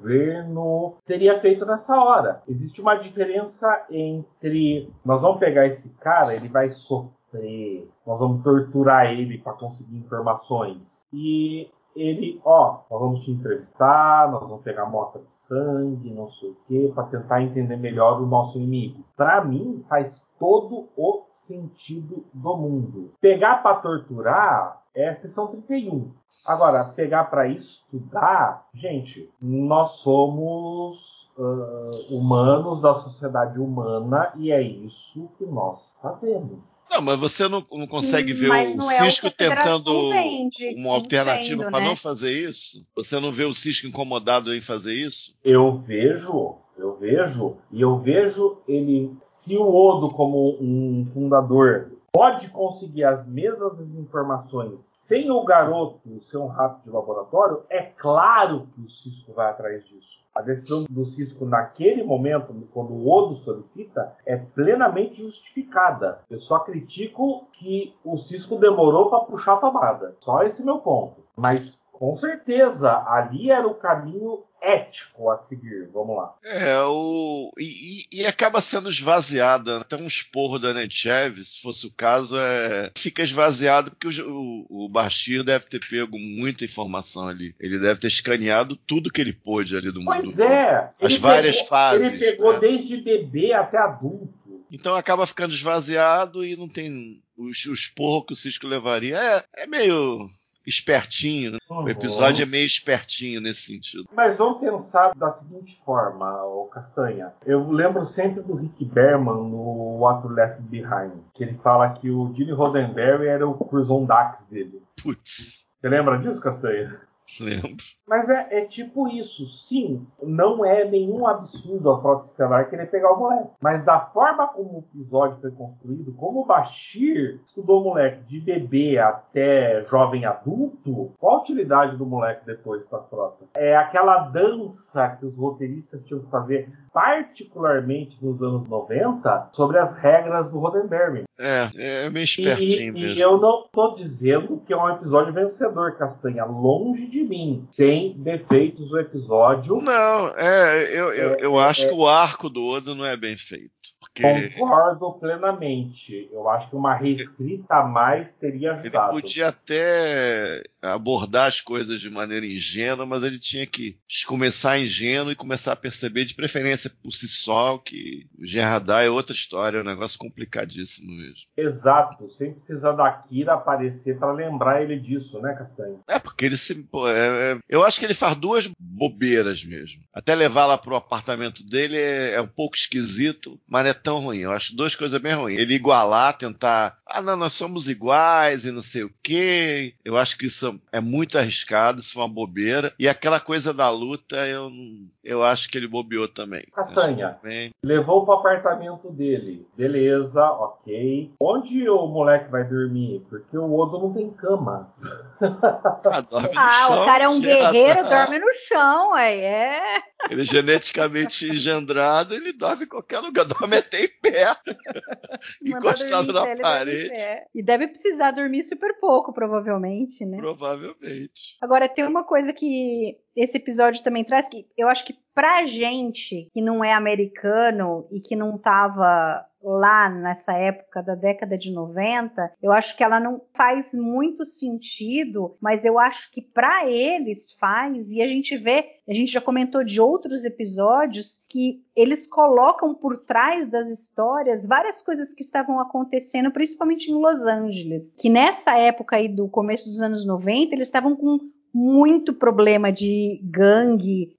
governo teria feito nessa hora. Existe uma diferença entre nós vamos pegar esse cara, ele vai sofrer, nós vamos torturar ele para conseguir informações e ele, nós vamos te entrevistar, nós vamos pegar amostra de sangue, não sei o quê, para tentar entender melhor o nosso inimigo. Para mim, faz todo o sentido do mundo. Pegar para torturar é a sessão 31. Agora, pegar para estudar, gente, nós somos humanos da sociedade humana e é isso que nós fazemos. Não, mas você não consegue ver o Sisko tentando uma alternativa para não fazer isso? Você não vê o Sisko incomodado em fazer isso? Eu vejo ele, se o Odo como um fundador pode conseguir as mesmas informações sem o garoto ser um rato de laboratório, é claro que o Sisko vai atrás disso. A decisão do Sisko naquele momento, quando o Odo solicita, é plenamente justificada. Eu só critico que o Sisko demorou para puxar a tomada. Só esse meu ponto. Mas, com certeza, ali era o caminho ético a seguir. Vamos lá. E acaba sendo esvaziado. Até um esporro da Netchev, se fosse o caso, fica esvaziado porque o Bashir deve ter pego muita informação ali. Ele deve ter escaneado tudo que ele pôde ali do mundo. Pois é. As várias fases. Ele pegou desde bebê até adulto. Então acaba ficando esvaziado e não tem o esporro que o Sisko levaria. É meio espertinho, né? O episódio é meio espertinho nesse sentido. Mas vamos pensar da seguinte forma, ô Castanha. Eu lembro sempre do Rick Berman no What Left Behind, que ele fala que o Gene Roddenberry era o Curzon Dax dele. Putz. Você lembra disso, Castanha? Lembro. Mas é tipo isso, sim, não é nenhum absurdo a Frota Estelar querer pegar o moleque. Mas da forma como o episódio foi construído, como o Bashir estudou o moleque de bebê até jovem adulto, qual a utilidade do moleque depois pra frota? É aquela dança que os roteiristas tinham que fazer, particularmente nos anos 90, sobre as regras do Roddenberry. É meio espertinho mesmo. E eu não tô dizendo que é um episódio vencedor, Castanha. Longe de mim. Tem defeitos o episódio. Não, eu acho que o arco do Odo não é bem feito. Concordo plenamente. Eu acho que uma reescrita a mais teria ajudado. Ele podia até abordar as coisas de maneira ingênua, mas ele tinha que começar ingênuo e começar a perceber, de preferência por si só, que o Gerradar é outra história, é um negócio complicadíssimo mesmo. Exato, sem precisar da Kira aparecer para lembrar ele disso, né, Castanho? Porque ele eu acho que ele faz duas bobeiras mesmo. Até levar lá pro apartamento dele é um pouco esquisito, mas não é tão ruim. Eu acho duas coisas bem ruins. Ele igualar, tentar... não, nós somos iguais e não sei o quê. Eu acho que isso é muito arriscado, isso é uma bobeira. E aquela coisa da luta, eu acho que ele bobeou também. Castanha, levou pro apartamento dele. Beleza, ok. Onde o moleque vai dormir? Porque o Odo não tem cama. Dorme no chão, o cara é um guerreiro, dorme no chão, Ele é geneticamente engendrado, ele dorme em qualquer lugar, dorme até em pé, encostado na parede. E deve precisar dormir super pouco, provavelmente, né? Provavelmente. Agora, tem uma coisa que esse episódio também traz, que eu acho que pra gente que não é americano e que não tava lá nessa época da década de 90, eu acho que ela não faz muito sentido, mas eu acho que pra eles faz, e a gente já comentou de outros episódios que eles colocam por trás das histórias várias coisas que estavam acontecendo, principalmente em Los Angeles, que nessa época aí do começo dos anos 90, eles estavam com muito problema de gangue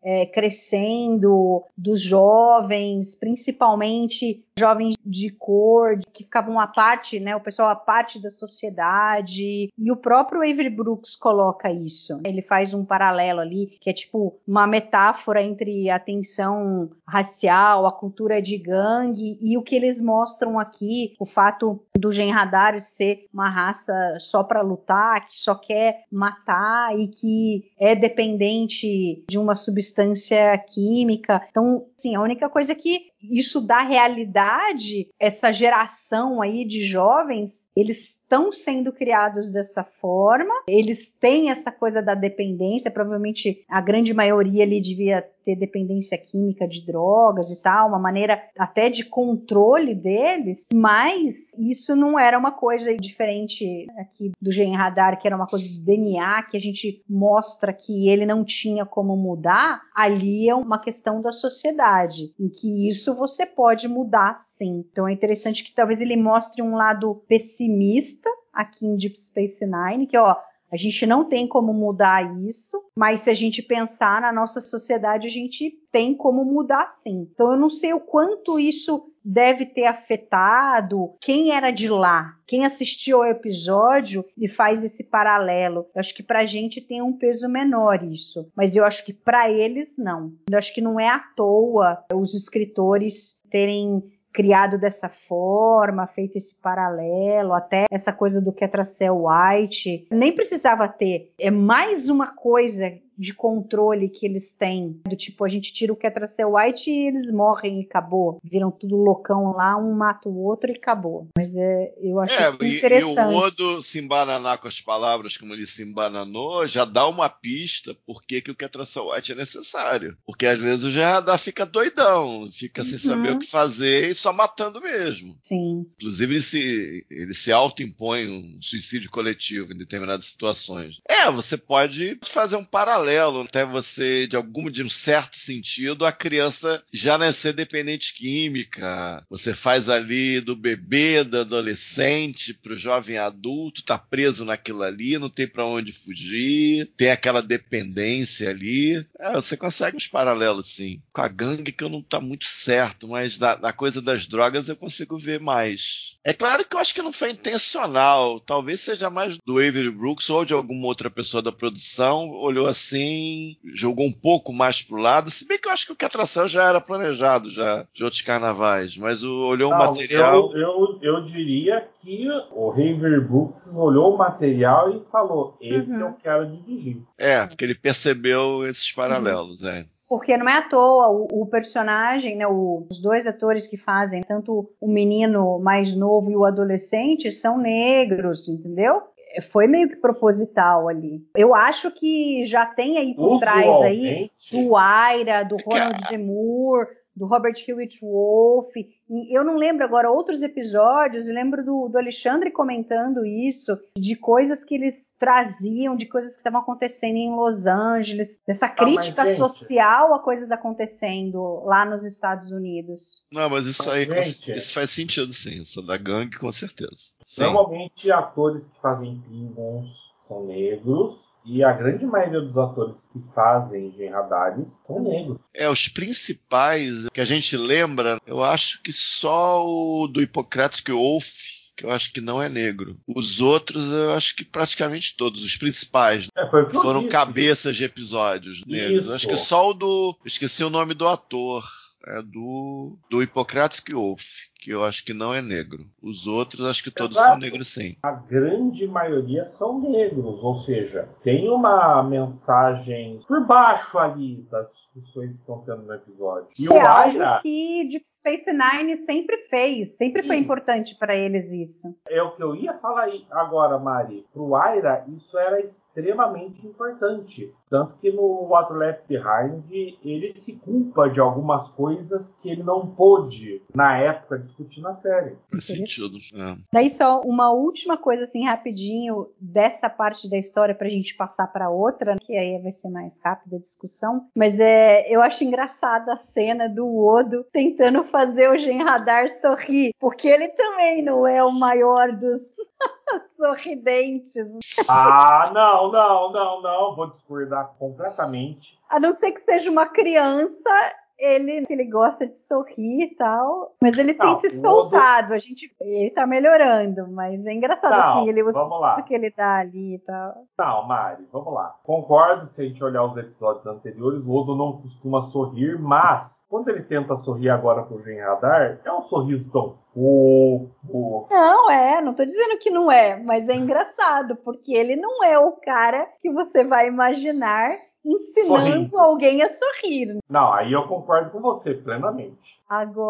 crescendo, dos jovens, principalmente jovens de cor, que ficavam à parte, né, o pessoal à parte da sociedade, e o próprio Avery Brooks coloca isso. Ele faz um paralelo ali, que é tipo uma metáfora entre a tensão racial, a cultura de gangue, e o que eles mostram aqui, o fato do Jem'Hadar ser uma raça só para lutar, que só quer matar e que é dependente de uma substância química. Então, assim, a única coisa que isso dá realidade, essa geração aí de jovens, eles estão sendo criados dessa forma, eles têm essa coisa da dependência, provavelmente a grande maioria ali devia ter dependência química de drogas e tal, uma maneira até de controle deles, mas isso não era uma coisa diferente aqui do Jem'Hadar, que era uma coisa de DNA, que a gente mostra que ele não tinha como mudar. Ali é uma questão da sociedade, em que isso você pode mudar sim. Então é interessante que talvez ele mostre um lado pessimista aqui em Deep Space Nine, que a gente não tem como mudar isso, mas se a gente pensar na nossa sociedade, a gente tem como mudar sim. Então eu não sei o quanto isso deve ter afetado quem era de lá, quem assistiu ao episódio e faz esse paralelo. Eu acho que pra gente tem um peso menor isso, mas eu acho que pra eles não. Eu acho que não é à toa os escritores terem criado dessa forma, feito esse paralelo, até essa coisa do Ketracel White, nem precisava ter. É mais uma coisa de controle que eles têm, do tipo, a gente tira o Ketracel White e eles morrem e acabou. Viram tudo loucão lá, um mata o outro e acabou. Mas eu acho interessante. E o Odo se embananar com as palavras como ele se embananou, já dá uma pista por que o Ketracel White é necessário. Porque às vezes o Jem'Hadar fica doidão, fica sem saber o que fazer e só matando mesmo. Sim. Inclusive ele se autoimpõe um suicídio coletivo em determinadas situações. Você pode fazer um paralelo paralelo, até você, de um certo sentido, a criança já nascer dependente química. Você faz ali do bebê, do adolescente, pro jovem adulto, tá preso naquilo ali, não tem pra onde fugir, tem aquela dependência ali. Você consegue uns paralelos, sim. Com a gangue que eu não tá muito certo, mas da coisa das drogas eu consigo ver mais. É claro que eu acho que não foi intencional. Talvez seja mais do Avery Brooks ou de alguma outra pessoa da produção. Olhou assim, jogou um pouco mais pro lado. Se bem que eu acho que o Que Atração já era planejado já de outros carnavais. Mas olhou o material... Eu diria que o Avery Brooks olhou o material e falou, esse eu quero dirigir. Porque ele percebeu esses paralelos, Porque não é à toa, o personagem, né, os dois atores que fazem, tanto o menino mais novo e o adolescente, são negros, entendeu? Foi meio que proposital ali. Eu acho que já tem aí por trás aí do Aira, do Ronald D. Moore, do Robert Hewitt Wolfe. Eu não lembro agora outros episódios, eu lembro do Alexandre comentando isso, de coisas que eles traziam, de coisas que estavam acontecendo em Los Angeles, dessa crítica social a coisas acontecendo lá nos Estados Unidos. Não, mas isso aí, isso faz sentido, sim. Isso da gangue, com certeza. Sim. Normalmente, atores que fazem Klingons são negros. E a grande maioria dos atores que fazem Jem'Hadares são negros. Os principais que a gente lembra, eu acho que só o do Hippocratic Wolf, que eu acho que não é negro. Os outros, eu acho que praticamente todos, os principais, foram cabeças de episódios negros. Eu acho que só o do... Esqueci o nome do ator. É do Hippocratic Wolf, que eu acho que não é negro. Os outros, acho que todos são negros, sim. A grande maioria são negros, ou seja, tem uma mensagem por baixo ali das discussões que estão tendo no episódio. E o Aira... algo que Deep Space Nine sempre fez, sempre foi importante para eles isso. É o que eu ia falar aí agora, Mari. Pro Aira, isso era extremamente importante. Tanto que no What Left Behind, ele se culpa de algumas coisas que ele não pôde, na época, discutir na série. Faz sentido. Daí só uma última coisa, assim, rapidinho, dessa parte da história pra gente passar pra outra, que aí vai ser mais rápida a discussão. Mas eu acho engraçada a cena do Odo tentando fazer o Jem'Hadar sorrir, porque ele também não é o maior dos sorridentes. Não, vou discordar completamente. A não ser que seja uma criança, ele gosta de sorrir e tal, mas ele tem se soltado, ele tá melhorando, mas é engraçado assim, ele usa o que ele dá ali e tal. Não, Mari, vamos lá. Concordo, se a gente olhar os episódios anteriores, o Odo não costuma sorrir, mas quando ele tenta sorrir agora pro Jem'Hadar, é um sorriso tão fofo. Não tô dizendo que não é, mas é engraçado, porque ele não é o cara que você vai imaginar ensinando alguém a sorrir. Não, aí eu concordo com você plenamente.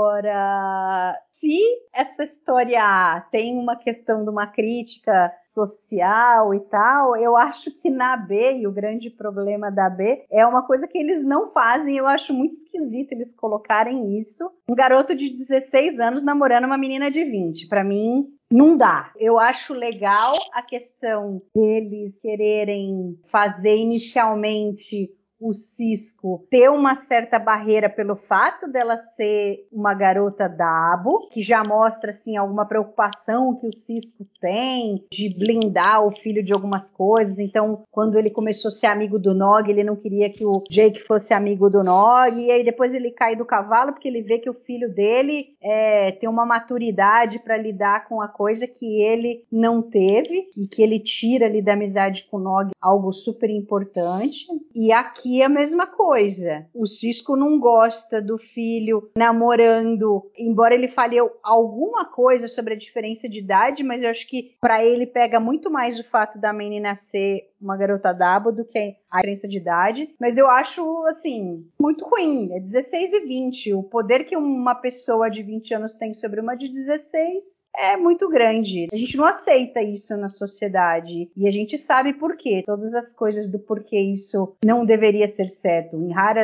Agora, se essa história tem uma questão de uma crítica social e tal, eu acho que na B, e o grande problema da B, é uma coisa que eles não fazem, eu acho muito esquisito eles colocarem isso. Um garoto de 16 anos namorando uma menina de 20. Pra mim, não dá. Eu acho legal a questão deles quererem fazer inicialmente o Sisko ter uma certa barreira pelo fato dela ser uma garota Dabo, que já mostra assim alguma preocupação que o Sisko tem de blindar o filho de algumas coisas. Então, quando ele começou a ser amigo do Nog, ele não queria que o Jake fosse amigo do Nog, e aí depois ele cai do cavalo porque ele vê que o filho dele tem uma maturidade para lidar com a coisa que ele não teve, e que ele tira ali da amizade com o Nog algo super importante. E aqui a mesma coisa. O Sisko não gosta do filho namorando, embora ele fale alguma coisa sobre a diferença de idade, mas eu acho que para ele pega muito mais o fato da menina ser uma garota Dabo do que a diferença de idade. Mas eu acho, assim, muito ruim. É 16 e 20. O poder que uma pessoa de 20 anos tem sobre uma de 16 é muito grande. A gente não aceita isso na sociedade. E a gente sabe por quê. Todas as coisas do porquê isso não deveria ser certo. Em raras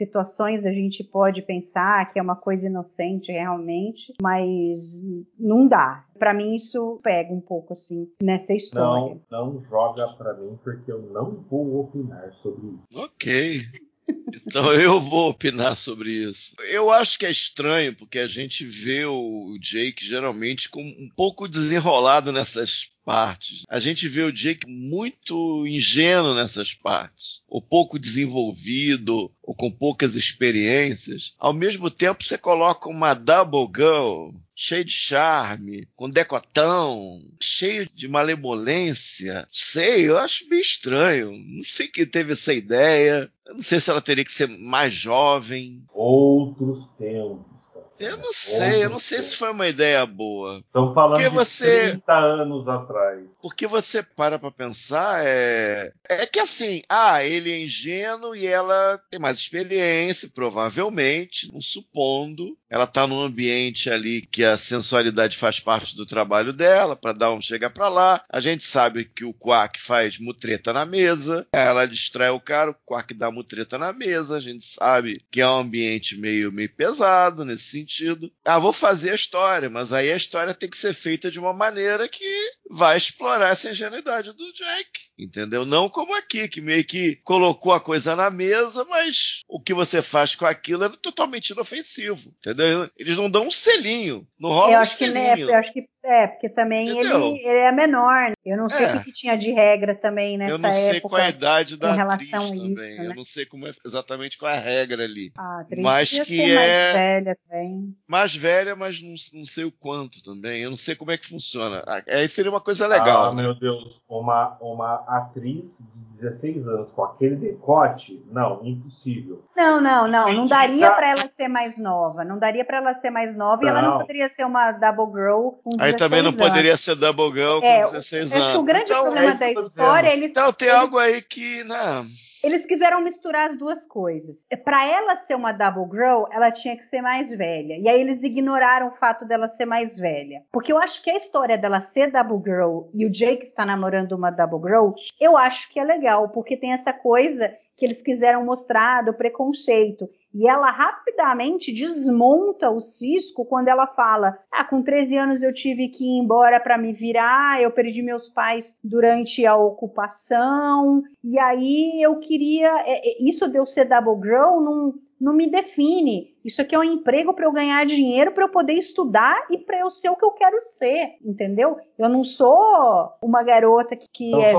situações a gente pode pensar que é uma coisa inocente realmente, mas não dá. Pra mim isso pega um pouco assim nessa história. Não joga pra mim porque eu não vou opinar sobre isso. Ok. Então eu vou opinar sobre isso. Eu acho que é estranho, porque a gente vê o Jake geralmente com um pouco desenrolado nessas partes. A gente vê o Jake muito ingênuo nessas partes, ou pouco desenvolvido, ou com poucas experiências. Ao mesmo tempo, você coloca uma Double Girl cheio de charme, com decotão, cheio de malemolência. Sei, eu acho meio estranho. Não sei quem teve essa ideia. Eu não sei se ela teria que ser mais jovem. Outros tempos. Eu não sei se foi uma ideia boa. Estamos falando Porque de 30 anos atrás. Porque você para pra pensar, é que assim, ele é ingênuo e ela tem mais experiência, provavelmente, não supondo. Ela tá num ambiente ali que a sensualidade faz parte do trabalho dela, pra dar um chega pra lá. A gente sabe que o Quark faz mutreta na mesa, ela distrai o cara, o Quark dá mutreta na mesa. A gente sabe que é um ambiente meio pesado nesse sentido. Vou fazer a história, mas aí a história tem que ser feita de uma maneira que vai explorar essa ingenuidade do Jack, entendeu? Não como aqui, que meio que colocou a coisa na mesa, mas o que você faz com aquilo é totalmente inofensivo, entendeu? Eles não dão um selinho, não rola um selinho. Eu acho que porque também ele é menor, né? Eu não sei o que tinha de regra também nessa época. Eu não sei qual é a idade da atriz também. Isso, né? Eu não sei exatamente qual é a regra ali. A atriz mas que é mais velha também. Mais velha, mas não sei o quanto também. Eu não sei como é que funciona. Aí seria uma coisa legal. Meu Deus. Uma atriz de 16 anos com aquele decote? Não, impossível. Não daria pra ela ser mais nova. Não daria pra ela ser mais nova e ela não poderia ser uma double girl com 16 anos. Aí também não poderia ser double girl com 16 anos. Acho que o grande problema da história... tem algo aí que... Não. Eles quiseram misturar as duas coisas. Para ela ser uma double girl, ela tinha que ser mais velha. E aí eles ignoraram o fato dela ser mais velha. Porque eu acho que a história dela ser double girl e o Jake está namorando uma double girl, eu acho que é legal. Porque tem essa coisa que eles quiseram mostrar do preconceito. E ela rapidamente desmonta o Cisco quando ela fala: com 13 anos eu tive que ir embora para me virar, eu perdi meus pais durante a ocupação, e aí eu queria... Isso de eu ser double girl não me define. Isso aqui é um emprego para eu ganhar dinheiro, para eu poder estudar e para eu ser o que eu quero ser, entendeu? Eu não sou uma garota que é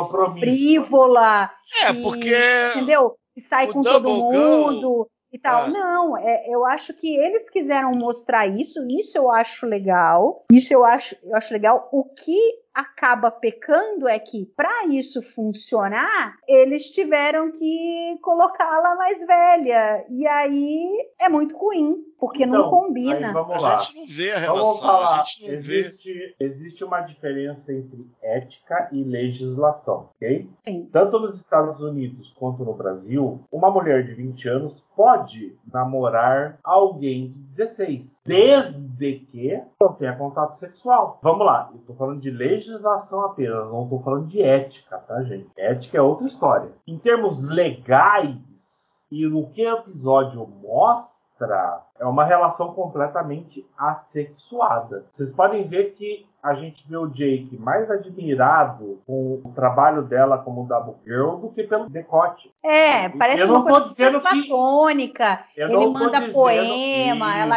frívola, porque... Entendeu? Que sai com todo mundo... E tal. Não, eu acho que eles quiseram mostrar isso eu acho legal. Isso eu acho legal. O que acaba pecando é que, para isso funcionar, eles tiveram que colocá-la mais velha. E aí é muito ruim, porque não combina. Aí vamos lá. A gente não vê a relação. A gente não existe uma diferença entre ética e legislação, ok? Sim. Tanto nos Estados Unidos quanto no Brasil, uma mulher de 20 anos pode namorar alguém de 16, desde que não tenha contato sexual. Vamos lá, eu tô falando de legislação apenas, não tô falando de ética, tá, gente? Ética é outra história. Em termos legais, e no que o episódio mostra, é uma relação completamente assexuada. Vocês podem ver que a gente vê o Jake mais admirado com o trabalho dela como double girl do que pelo decote. Parece uma coisa platônica. Ele manda poema, ela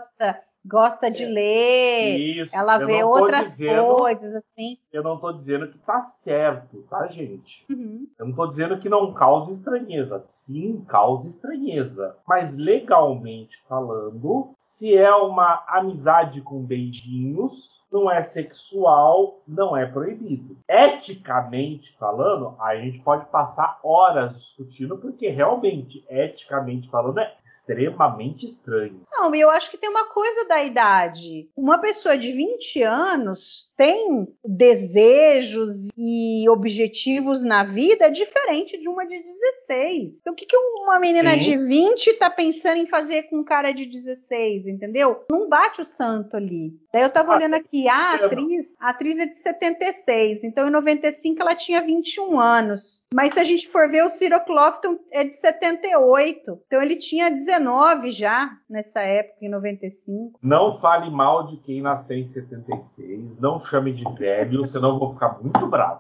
gosta de ler, ela vê outras coisas, assim. Eu não tô dizendo que tá certo, tá, gente? Uhum. Eu não tô dizendo que não causa estranheza. Sim, causa estranheza. Mas legalmente falando, se é uma amizade com beijinhos, não é sexual, não é proibido. Eticamente falando, a gente pode passar horas discutindo, porque realmente, eticamente falando, é extremamente estranho. Não, e eu acho que tem uma coisa da idade. Uma pessoa de 20 anos tem desejos e objetivos na vida diferente de uma de 16. Então, o que uma menina de 20 está pensando em fazer com um cara de 16, entendeu? Não bate o santo ali. Daí eu tava olhando aqui, que a atriz é de 76, então em 95 ela tinha 21 anos. Mas se a gente for ver, o Cyril Clofton é de 78, então ele tinha 19 já nessa época, em 95. Não fale mal de quem nasceu em 76, não chame de velho, senão eu vou ficar muito bravo.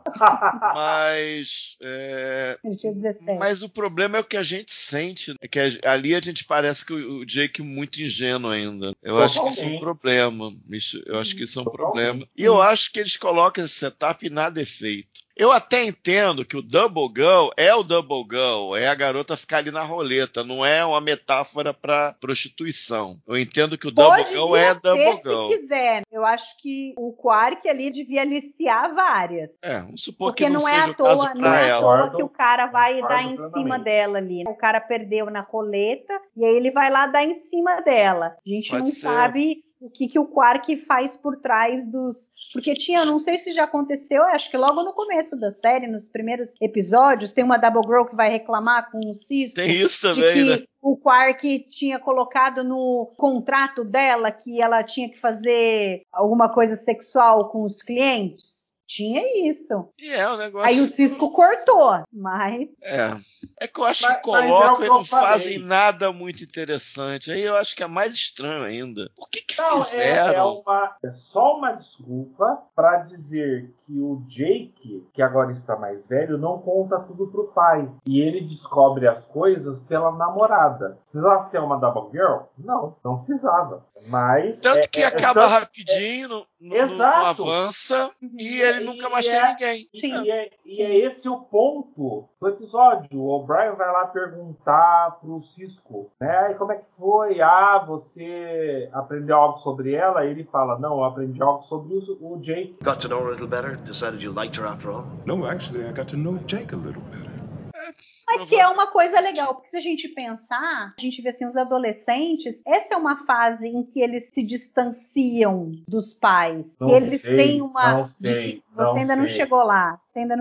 Mas o problema é o que a gente sente, é que ali a gente parece que o Jake é muito ingênuo ainda. Eu acho que isso é um problema. Eu acho que isso é um problema. E eu acho que eles colocam esse setup na defeito. Eu até entendo que o Double Girl é o Double Girl, é a garota ficar ali na roleta, não é uma metáfora para prostituição. Eu entendo que o Double Girl é Double Girl. Se quiser, eu acho que o Quark ali devia aliciar várias. Vamos supor porque que não seja o toa, caso para ela. Não é à toa que o cara vai dar em cima dela ali. O cara perdeu na roleta e aí ele vai lá dar em cima dela. A gente não sabe o que o Quark faz por trás dos... Porque tinha, não sei se já aconteceu, acho que logo no começo da série, nos primeiros episódios, tem uma Double Girl que vai reclamar com o Cisco. Tem isso também, né? O Quark tinha colocado no contrato dela que ela tinha que fazer alguma coisa sexual com os clientes. Tinha isso. E um negócio... Aí o Cisco cortou, mas... É que eu acho que colocam e não fazem nada muito interessante. Aí eu acho que é mais estranho ainda. Por que fizeram? É só uma desculpa para dizer que o Jake, que agora está mais velho, não conta tudo pro pai. E ele descobre as coisas pela namorada. Precisava ser uma Double Girl? Não precisava. Mas... Tanto que acaba rapidinho, não avança, e ele nunca mais tem ninguém. E é esse o ponto do episódio. O O'Brien vai lá perguntar pro Cisco, né? E como é que foi? Você aprendeu algo sobre ela? E ele fala, não, eu aprendi algo sobre o Jake. Got to know her a little better? Decided you liked her after all? No, actually, I got to know Jake a little better. Mas que é uma coisa legal, porque se a gente pensar, a gente vê assim, os adolescentes, essa é uma fase em que eles se distanciam dos pais. Têm uma... Não sei. Você ainda não chegou lá.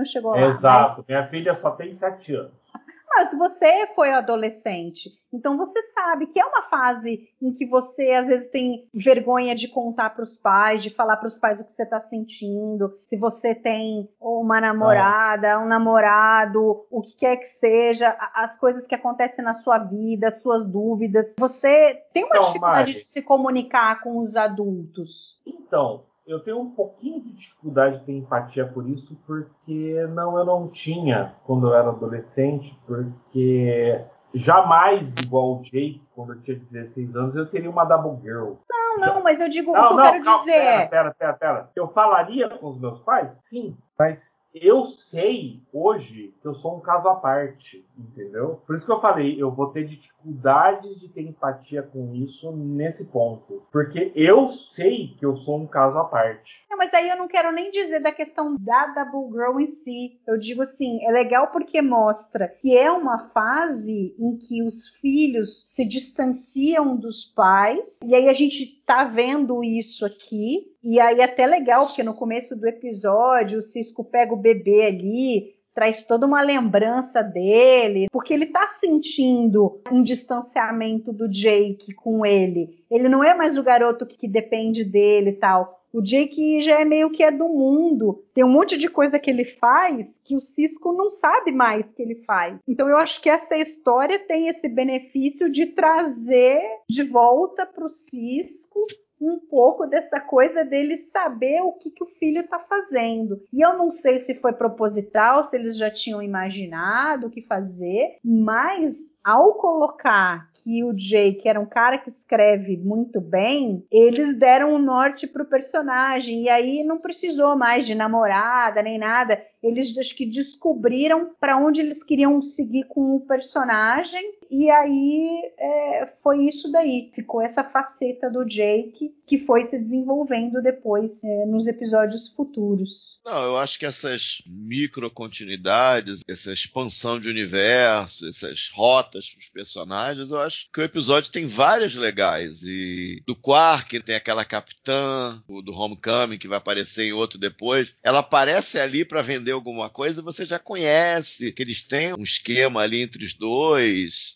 Exato. Minha filha só tem 7 anos. Mas você foi adolescente, então você sabe que é uma fase em que você às vezes tem vergonha de contar para os pais, de falar para os pais o que você está sentindo, se você tem uma namorada, um namorado, o que quer que seja, as coisas que acontecem na sua vida, as suas dúvidas. Você tem uma dificuldade de se comunicar com os adultos. Então... Eu tenho um pouquinho de dificuldade de ter empatia por isso, porque eu não tinha quando eu era adolescente, porque jamais, igual o Jake, quando eu tinha 16 anos, eu teria uma Double Girl. Não, mas eu digo o que eu quero dizer. Pera. Eu falaria com os meus pais? Sim, mas... Eu sei hoje que eu sou um caso à parte, entendeu? Por isso que eu falei, eu vou ter dificuldades de ter empatia com isso nesse ponto. Porque eu sei que eu sou um caso à parte. Não, mas aí eu não quero nem dizer da questão da Double Girl em si. Eu digo assim, é legal porque mostra que é uma fase em que os filhos se distanciam dos pais. E aí a gente tá vendo isso aqui. E aí até legal, porque no começo do episódio o Cisco pega o bebê ali, traz toda uma lembrança dele, porque ele tá sentindo um distanciamento do Jake com ele. Ele não é mais o garoto que depende dele e tal. O Jake já é meio que do mundo. Tem um monte de coisa que ele faz que o Cisco não sabe mais que ele faz. Então eu acho que essa história tem esse benefício de trazer de volta pro Cisco um pouco dessa coisa dele saber o que o filho está fazendo. E eu não sei se foi proposital, se eles já tinham imaginado o que fazer, mas ao colocar que o Jake era um cara que escreve muito bem, eles deram um norte pro personagem, e aí não precisou mais de namorada nem nada. Eles acho que descobriram para onde eles queriam seguir com o personagem, e aí foi isso daí. Ficou essa faceta do Jake que foi se desenvolvendo depois nos episódios futuros. Não, eu acho que essas microcontinuidades, essa expansão de universo, essas rotas para os personagens, eu acho que o episódio tem várias legais. E do Quark tem aquela capitã, do Homecoming, que vai aparecer em outro depois. Ela aparece ali para vender alguma coisa, você já conhece, que eles têm um esquema ali entre os dois.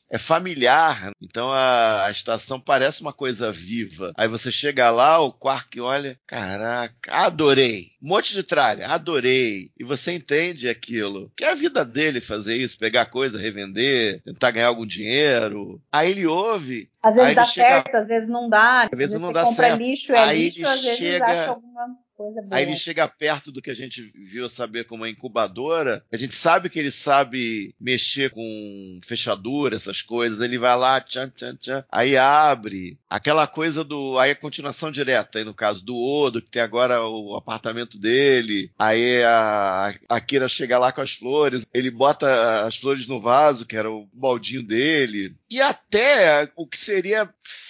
é familiar. Então a estação parece uma coisa viva. Aí você chega lá, o Quark olha, caraca, adorei. Um monte de tralha, adorei. E você entende aquilo. Que é a vida dele fazer isso, pegar coisa, revender, tentar ganhar algum dinheiro. Aí ele ouve. Às vezes aí dá ele chega, certo, às vezes não dá. às vezes não você dá compra certo. lixo, Aí lixo, ele às vezes chega... acha alguma coisa boa. Aí ele chega perto do que a gente viu saber como uma incubadora. A gente sabe que ele sabe mexer com fechadura, essas coisas. Ele vai lá, tchan, tchan, tchan. Aí abre. Aquela coisa do... Aí é continuação direta. Aí no caso do Odo, que tem agora o apartamento dele. Aí a Kira chega lá com as flores. Ele bota as flores no vaso, que era o baldinho dele. E até o que seria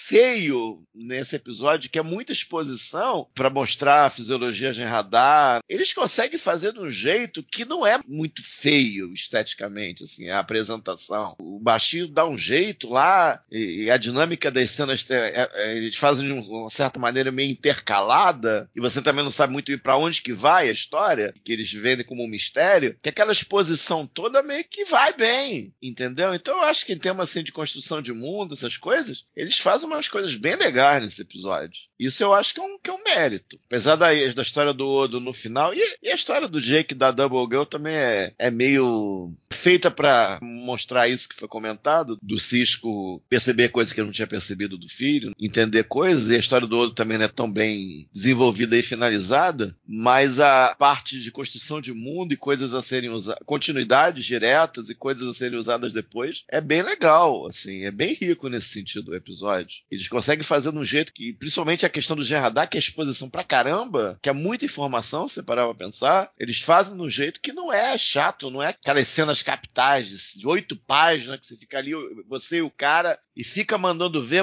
feio nesse episódio, que é muita exposição para mostrar a fisiologia Gen Radar, eles conseguem fazer de um jeito que não é muito feio esteticamente, assim, a apresentação. O baixinho dá um jeito lá, e a dinâmica das cenas, eles fazem de uma certa maneira meio intercalada, e você também não sabe muito bem para onde que vai a história, que eles vendem como um mistério, que aquela exposição toda meio que vai bem, entendeu? Então eu acho que em termos assim de construção de mundo, essas coisas, eles fazem umas coisas bem legais nesse episódio. Isso eu acho que é um mérito. Apesar da história do Odo no final, e a história do Jake da Double Girl também é meio feita para mostrar isso que foi comentado, do Sisko perceber coisas que eu não tinha percebido do filho, entender coisas, e a história do Odo também não é tão bem desenvolvida e finalizada, mas a parte de construção de mundo e coisas a serem usadas, continuidades diretas e coisas a serem usadas depois, é bem legal, assim, é bem rico nesse sentido o episódio. Eles conseguem fazer de um jeito que, principalmente a questão do Gen Radar, que é exposição pra caramba, que é muita informação, se você parar pra pensar, eles fazem de um jeito que não é chato, não é aquelas cenas capitais de 8 páginas, que você fica ali, você e o cara, e fica mandando ver.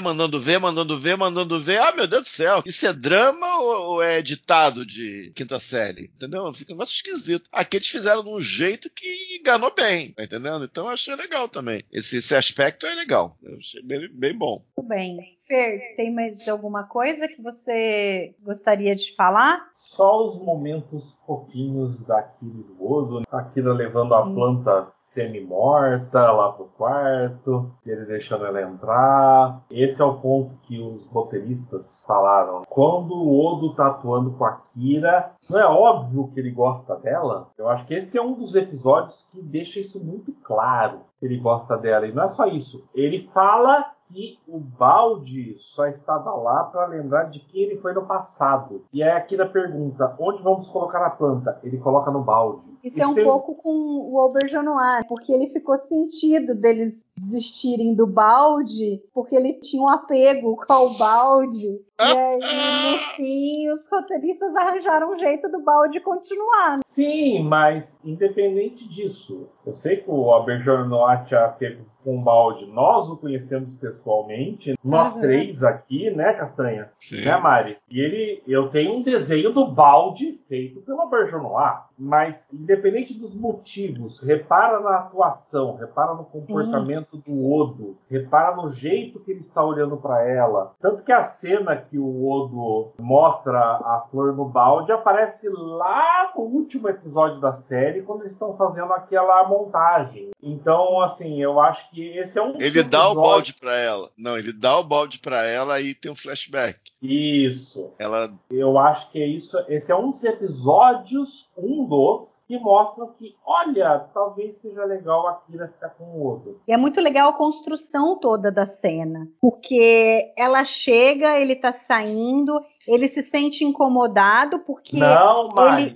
Ah, meu Deus do céu, isso é drama ou é ditado de quinta série? Entendeu? Fica um negócio esquisito. Aqui eles fizeram de um jeito que enganou bem, tá entendendo? Então eu achei legal também. Esse aspecto é legal. Eu achei bem bom. Muito bem. Fer, tem mais alguma coisa que você gostaria de falar? Só os momentos fofinhos da Kira e do Odo. A Kira levando a planta semi-morta lá pro quarto, e ele deixando ela entrar. Esse é o ponto que os roteiristas falaram. Quando o Odo tá atuando com a Kira, não é óbvio que ele gosta dela? Eu acho que esse é um dos episódios que deixa isso muito claro, que ele gosta dela. E não é só isso. Ele fala que o balde só estava lá para lembrar de quem ele foi no passado. E aí a Kira pergunta, onde vamos colocar a planta? Ele coloca no balde. Isso é um pouco com o Auberge Noir, porque ele ficou sentido deles desistirem do balde, porque ele tinha um apego com o balde. E aí, no fim, os roteiristas arranjaram um jeito do balde continuar. Sim, mas independente disso, eu sei que o Auberge Noir tinha apego com o balde. Nós o conhecemos pessoalmente, nós três aqui, né, Castanha? Sim. Né, Mari? E eu tenho um desenho do balde feito pelo Auberge Noir. Mas, independente dos motivos, repara na atuação, repara no comportamento do Odo, repara no jeito que ele está olhando para ela. Tanto que a cena que o Odo mostra a flor no balde aparece lá no último episódio da série, quando eles estão fazendo aquela montagem. Então, assim, eu acho que esse é um... Ele dá o balde para ela. Não, ele dá o balde para ela e tem um flashback. Isso. Ela... Eu acho que é isso. Esse é um dos episódios, que mostram que, olha, talvez seja legal a Kira ficar com o Odo. E é muito legal a construção toda da cena, porque ela chega, ele tá saindo, ele se sente incomodado porque não, Mari,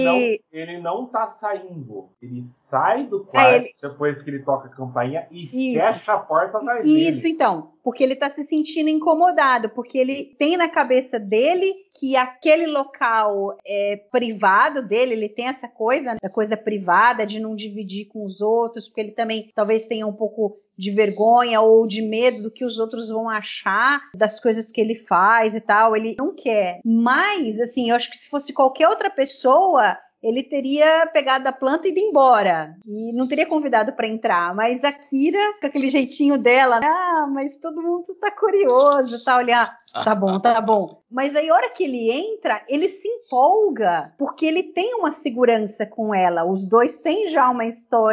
ele não tá saindo. Ele sai do quarto depois que ele toca a campainha e fecha a porta atrás dele. Isso, então, porque ele tá se sentindo incomodado, porque ele tem na cabeça dele que aquele local é privado dele, ele tem essa coisa, da coisa privada, de não dividir com os outros, porque ele também talvez tenha um pouco de vergonha ou de medo do que os outros vão achar das coisas que ele faz e tal, ele não quer. Mas, assim, eu acho que se fosse qualquer outra pessoa, ele teria pegado a planta e ido embora. E não teria convidado para entrar. Mas a Kira, com aquele jeitinho dela, mas todo mundo tá curioso, tá? Olhar, tá bom. Mas aí, a hora que ele entra, ele se empolga, porque ele tem uma segurança com ela. Os dois têm já uma história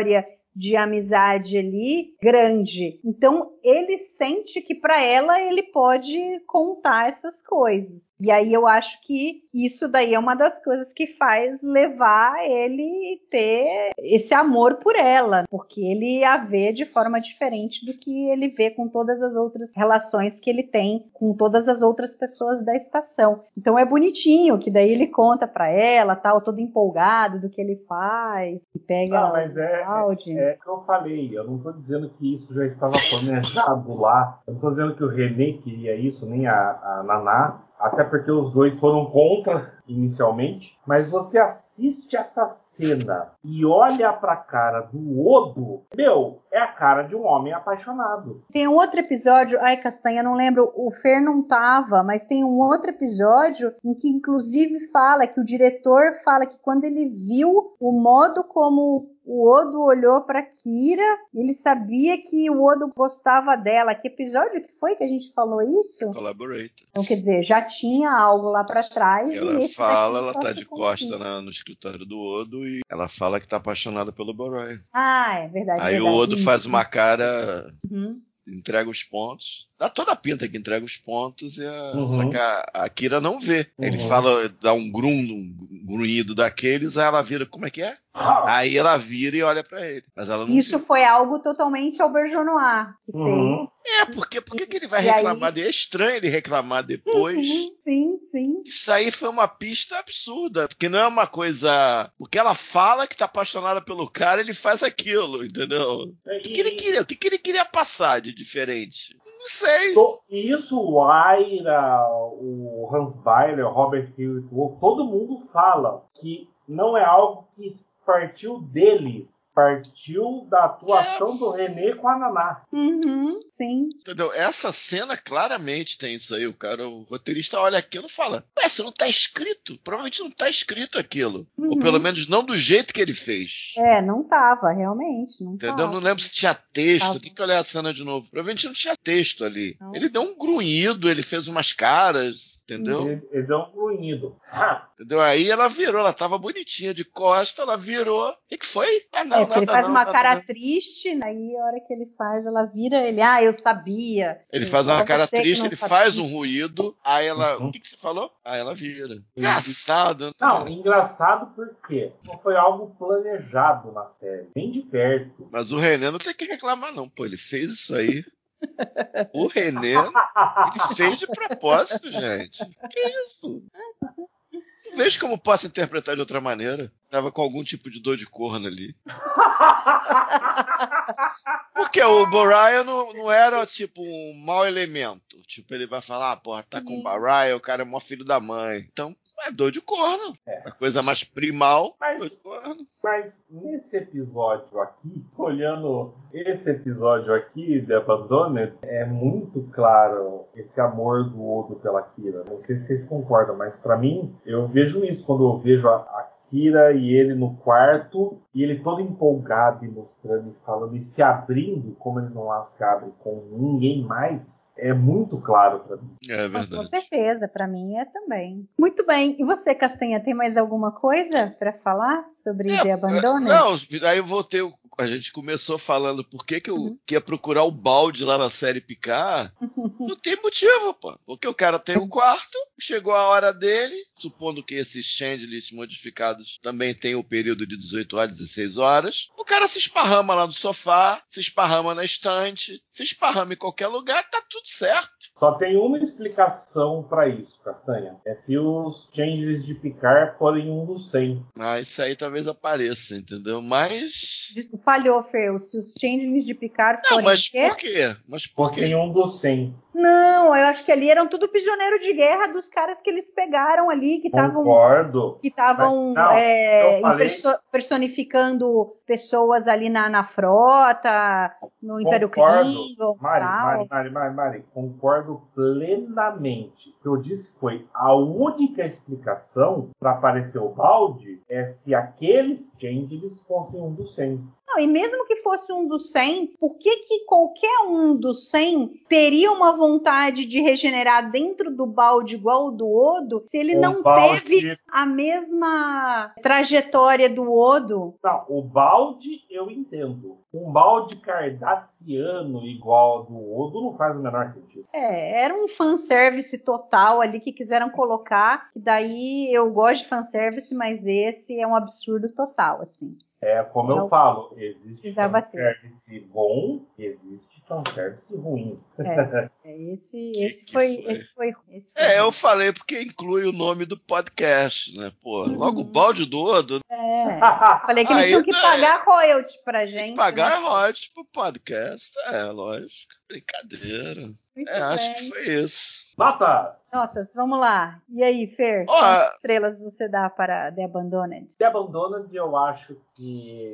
de amizade ali grande. Então ele sente que para ela ele pode contar essas coisas. E aí eu acho que isso daí é uma das coisas que faz levar ele ter esse amor por ela, porque ele a vê de forma diferente do que ele vê com todas as outras relações que ele tem com todas as outras pessoas da estação. Então é bonitinho, que daí ele conta para ela, tal, todo empolgado do que ele faz, e pega mas áudio. É que eu falei, eu não estou dizendo que isso já estava planejado lá, eu não estou dizendo que o René queria isso, nem a Naná, até porque os dois foram contra inicialmente, mas você assiste essa cena e olha pra cara do Odo, é a cara de um homem apaixonado. Tem um outro episódio, Castanha, não lembro, o Fer não tava, mas tem um outro episódio em que inclusive fala que o diretor fala que quando ele viu o modo como o Odo olhou para Kira, ele sabia que o Odo gostava dela. Que episódio que foi que a gente falou isso? Collaborator. Então, quer dizer, já tinha algo lá para trás. Ela fala, ela tá de costa no escritório do Odo e ela fala que tá apaixonada pelo Boroy. É verdade. Aí verdade. O Odo faz uma cara... Uhum. Entrega os pontos. Dá toda a pinta que entrega os pontos e só que a Kira não vê. Ele fala, dá um grunhido daqueles, aí ela vira, como é que é? Aí ela vira e olha pra ele. Mas ela não Isso viu. foi algo totalmente Auberjonois que fez. Porque por que ele vai reclamar? É estranho ele reclamar depois. Sim. Isso aí foi uma pista absurda, porque não é uma coisa... Porque ela fala que tá apaixonada pelo cara, ele faz aquilo, entendeu? O que ele queria passar de diferente? Não sei. Isso o Aira, o Hans Bayer, o Robert Hewitt, todo mundo fala que não é algo que partiu deles. Partiu da atuação do René com a Naná. Sim. Entendeu? Essa cena claramente tem isso aí. O roteirista olha aquilo e fala: ué, isso não tá escrito. Provavelmente não tá escrito aquilo. Ou pelo menos não do jeito que ele fez. Não tava, realmente. Não entendeu? tava. Não lembro se tinha texto. Tem que olhar a cena de novo. Provavelmente não tinha texto ali. Não. Ele deu um grunhido, ele fez umas caras. Entendeu? Ele deu um grunhido. Entendeu? Aí ela virou, ela tava bonitinha de costa, ela virou. O que foi? Não, ele faz uma cara triste, aí a hora que ele faz, ela vira, eu sabia. Ele faz uma cara triste, ele faz um ruído, aí ela. O que você falou? Aí ela vira. Engraçado. Não, engraçado porque não foi algo planejado na série, nem de perto. Mas o René não tem que reclamar, não. Pô, ele fez isso aí. O René, ele fez de propósito, gente. Que isso? Não vejo como posso interpretar de outra maneira. Tava com algum tipo de dor de corno ali. Porque o Boriah não era, tipo, um mau elemento. Tipo, ele vai falar, porra, tá com o Boriah, o cara é o maior filho da mãe. Então, é dor de corno. A coisa mais primal, dor de corno. Mas nesse episódio aqui, olhando esse episódio aqui, The Abandoned, é muito claro esse amor do Odo pela Kira. Não sei se vocês concordam, mas pra mim, eu vejo isso quando eu vejo a Kira e ele no quarto, e ele todo empolgado e mostrando e falando e se abrindo, como ele não se abre com ninguém mais, é muito claro pra mim. É verdade. Com certeza, pra mim é também. Muito bem. E você, Castanha, tem mais alguma coisa pra falar sobre The Abandoned? Não, aí eu voltei. A gente começou falando por que eu ia procurar o balde lá na série Picard. Não tem motivo, pô. Porque o cara tem um quarto, chegou a hora dele, supondo que esses changelings modificados também tem o período de 18 horas, 16 horas. O cara se esparrama lá no sofá, se esparrama na estante, se esparrama em qualquer lugar, tá tudo certo. Só tem uma explicação pra isso, Castanha. É se os changes de Picard forem um dos 100. Isso aí talvez apareça, entendeu? Mas... Falhou, Fer. Se os changelings de Picard forem... Não, mas por quê? Forem um dos 100. Não, eu acho que ali eram tudo prisioneiro de guerra dos caras que eles pegaram ali, que estavam... Concordo. Que estavam personificando pessoas ali na frota, no Império Klingon. Mari, concordo plenamente. O que eu disse foi, a única explicação para aparecer o balde é se aqueles changelings fossem um dos 100. Não, e mesmo que fosse um dos 100, por que qualquer um dos 100 teria uma vontade de regenerar dentro do balde igual o do Odo, se ele não teve a mesma trajetória do Odo? Não, o balde eu entendo. Um balde cardassiano igual ao do Odo não faz o menor sentido. Era um fanservice total ali que quiseram colocar, que daí eu gosto de fanservice, mas esse é um absurdo total, assim. Como eu falo, existe fanservice bom, existe fanservice ruim. Esse foi. Eu falei porque inclui o nome do podcast, né? Pô, logo o balde do Odo. Falei que eles tinham que pagar royalties pra gente. Tem que pagar né? royalties pro podcast. Lógico. Brincadeira. Acho que foi isso. Notas, vamos lá. E aí, Fer? Quantas estrelas você dá para The Abandoned? The Abandoned eu acho que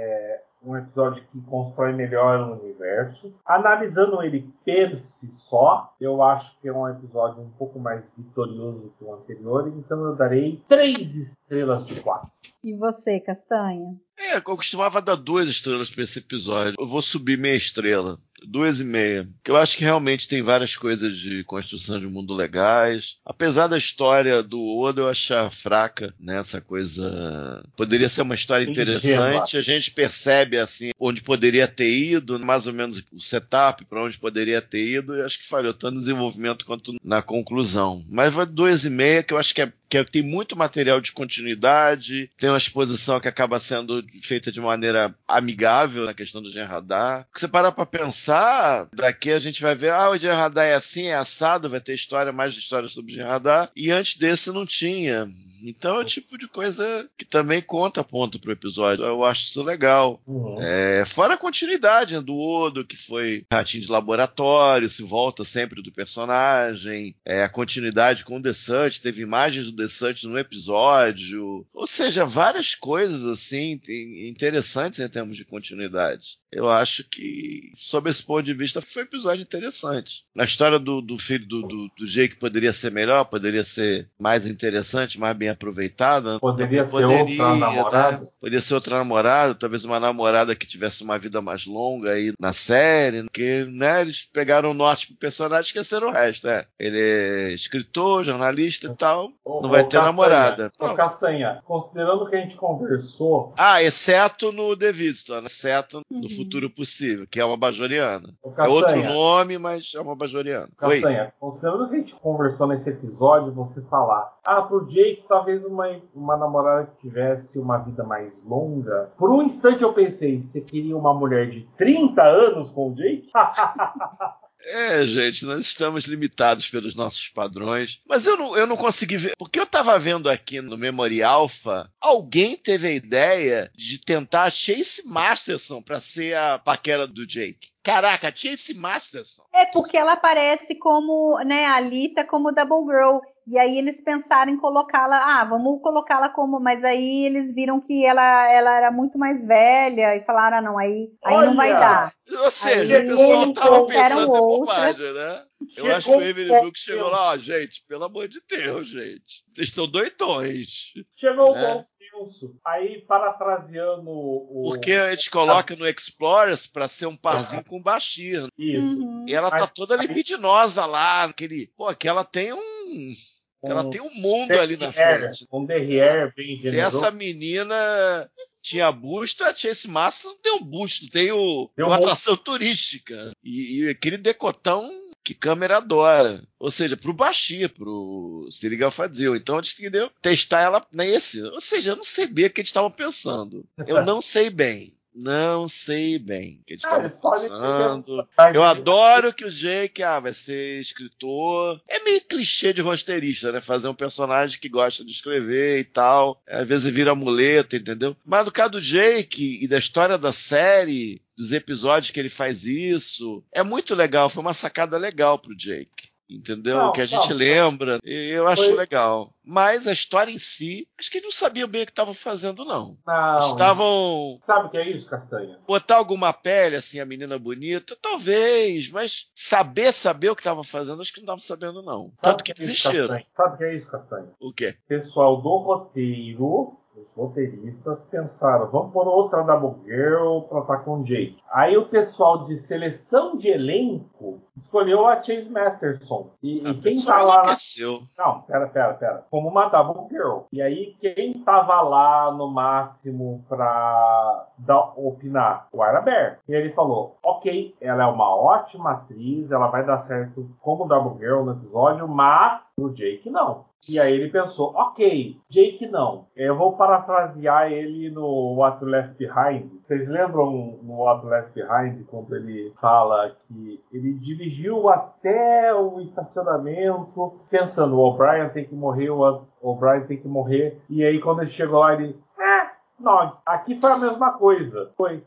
é um episódio que constrói melhor o universo. Analisando ele per si só, eu acho que é um episódio um pouco mais vitorioso que o anterior, então eu darei 3 estrelas de 4. E você, Castanha? Eu costumava dar 2 estrelas para esse episódio. Eu vou subir meia estrela. 2,5. Porque eu acho que realmente tem várias coisas de construção de mundo legais. Apesar da história do Oda eu achar fraca, né? Essa coisa... Poderia ser uma história interessante. A gente percebe, assim, onde poderia ter ido, mais ou menos o setup para onde poderia ter ido, e acho que falhou tanto no desenvolvimento quanto na conclusão. Mas vai 2,5, que eu acho que tem muito material de continuidade, tem uma exposição que acaba sendo feita de maneira amigável na questão do Jem'Hadar. Se você parar pra pensar, daqui a gente vai ver, o Jem'Hadar é assim, é assado, vai ter mais histórias sobre o Jem'Hadar, e antes desse não tinha. Então é o tipo de coisa que também conta ponto pro episódio. Eu acho isso legal. Fora a continuidade, né, do Odo, que foi ratinho de laboratório, se volta sempre do personagem, a continuidade com o Desante, teve imagens do Desante no episódio, ou seja, várias coisas assim interessantes em termos de continuidade. Eu acho que, sob esse ponto de vista, foi um episódio interessante. Na história do filho do Jake poderia ser melhor, poderia ser mais interessante, mais bem aproveitada. Poderia ser outra namorada. Né? Poderia ser outra namorada, talvez uma namorada que tivesse uma vida mais longa aí na série, porque, né, eles pegaram o norte pro personagem e esqueceram o resto, Ele é escritor, jornalista e tal, não vai ter namorada. Castanha, considerando que a gente conversou... exceto no The Visitor, exceto no Futuro Possível, que é uma bajoriana. É outro nome, mas é uma bajoriana. Castanha, considerando que a gente conversou nesse episódio, você falar, pro Jake talvez uma namorada que tivesse uma vida mais longa. Por um instante eu pensei, você queria uma mulher de 30 anos com o Jake? Gente, nós estamos limitados pelos nossos padrões, mas eu não consegui ver, porque eu estava vendo aqui no Memory Alpha, alguém teve a ideia de tentar a Chase Masterson para ser a paquera do Jake. Caraca, Chase Masterson. Porque ela aparece como, né, a Alita como Double Girl. E aí eles pensaram em colocá-la, vamos colocá-la como, mas aí eles viram que ela era muito mais velha e falaram, não, aí não vai dar. Ou seja, aí o pessoal estava pensando em bobagem, né? Eu acho que o Emily Brooks chegou lá, gente, pelo amor de Deus, gente. Vocês estão doidões. Chegou o consenso. Aí, parafraseando Porque a gente coloca no Explorers pra ser um parzinho com Bashir. Isso. E ela tá toda libidinosa lá, que ela tem ela tem um mundo ali na frente. Um derrière bem generoso. Se essa menina tinha busto, a Chase Massa não tem um busto, tem uma atração turística. E aquele decotão que câmera adora. Ou seja, pro Bashir, pro Sirigal Fadzil. Então a gente queria testar ela nesse. Ou seja, eu não sei bem o que eles estavam pensando. Eu não sei bem. Não sei bem o que eles estavam pensando. Eu adoro que o Jake vai ser escritor. É meio clichê de roteirista, né? Fazer um personagem que gosta de escrever e tal. Às vezes vira muleta, entendeu? Mas no caso do Jake e da história da série, dos episódios que ele faz isso, é muito legal. Foi uma sacada legal pro Jake. Entendeu? Que a gente lembra. E eu acho legal. Mas a história em si, acho que eles não sabiam bem o que estavam fazendo, não. Estavam... Sabe o que é isso, Castanha? Botar alguma pele, assim, a menina bonita, talvez. Mas saber o que estavam fazendo, acho que não estavam sabendo, não. Tanto que desistiram. Sabe o que é isso, Castanha? O quê? Pessoal do roteiro Os roteiristas pensaram, vamos pôr outra Double Girl pra estar com o Jake. Aí o pessoal de seleção de elenco escolheu a Chase Masterson. E quem tá lá... Não, pera. Como uma Double Girl. E aí quem tava lá no máximo pra opinar? O Ira Behr. E ele falou, ok, ela é uma ótima atriz, ela vai dar certo como Double Girl no episódio, mas o Jake não. E aí ele pensou, ok, Jake não. Eu vou parafrasear ele no What Left Behind. Vocês lembram no What Left Behind, quando ele fala que ele dirigiu até o estacionamento pensando, o O'Brien tem que morrer, o O'Brien tem que morrer. E aí quando ele chegou lá, ele... Não, aqui foi a mesma coisa. Foi.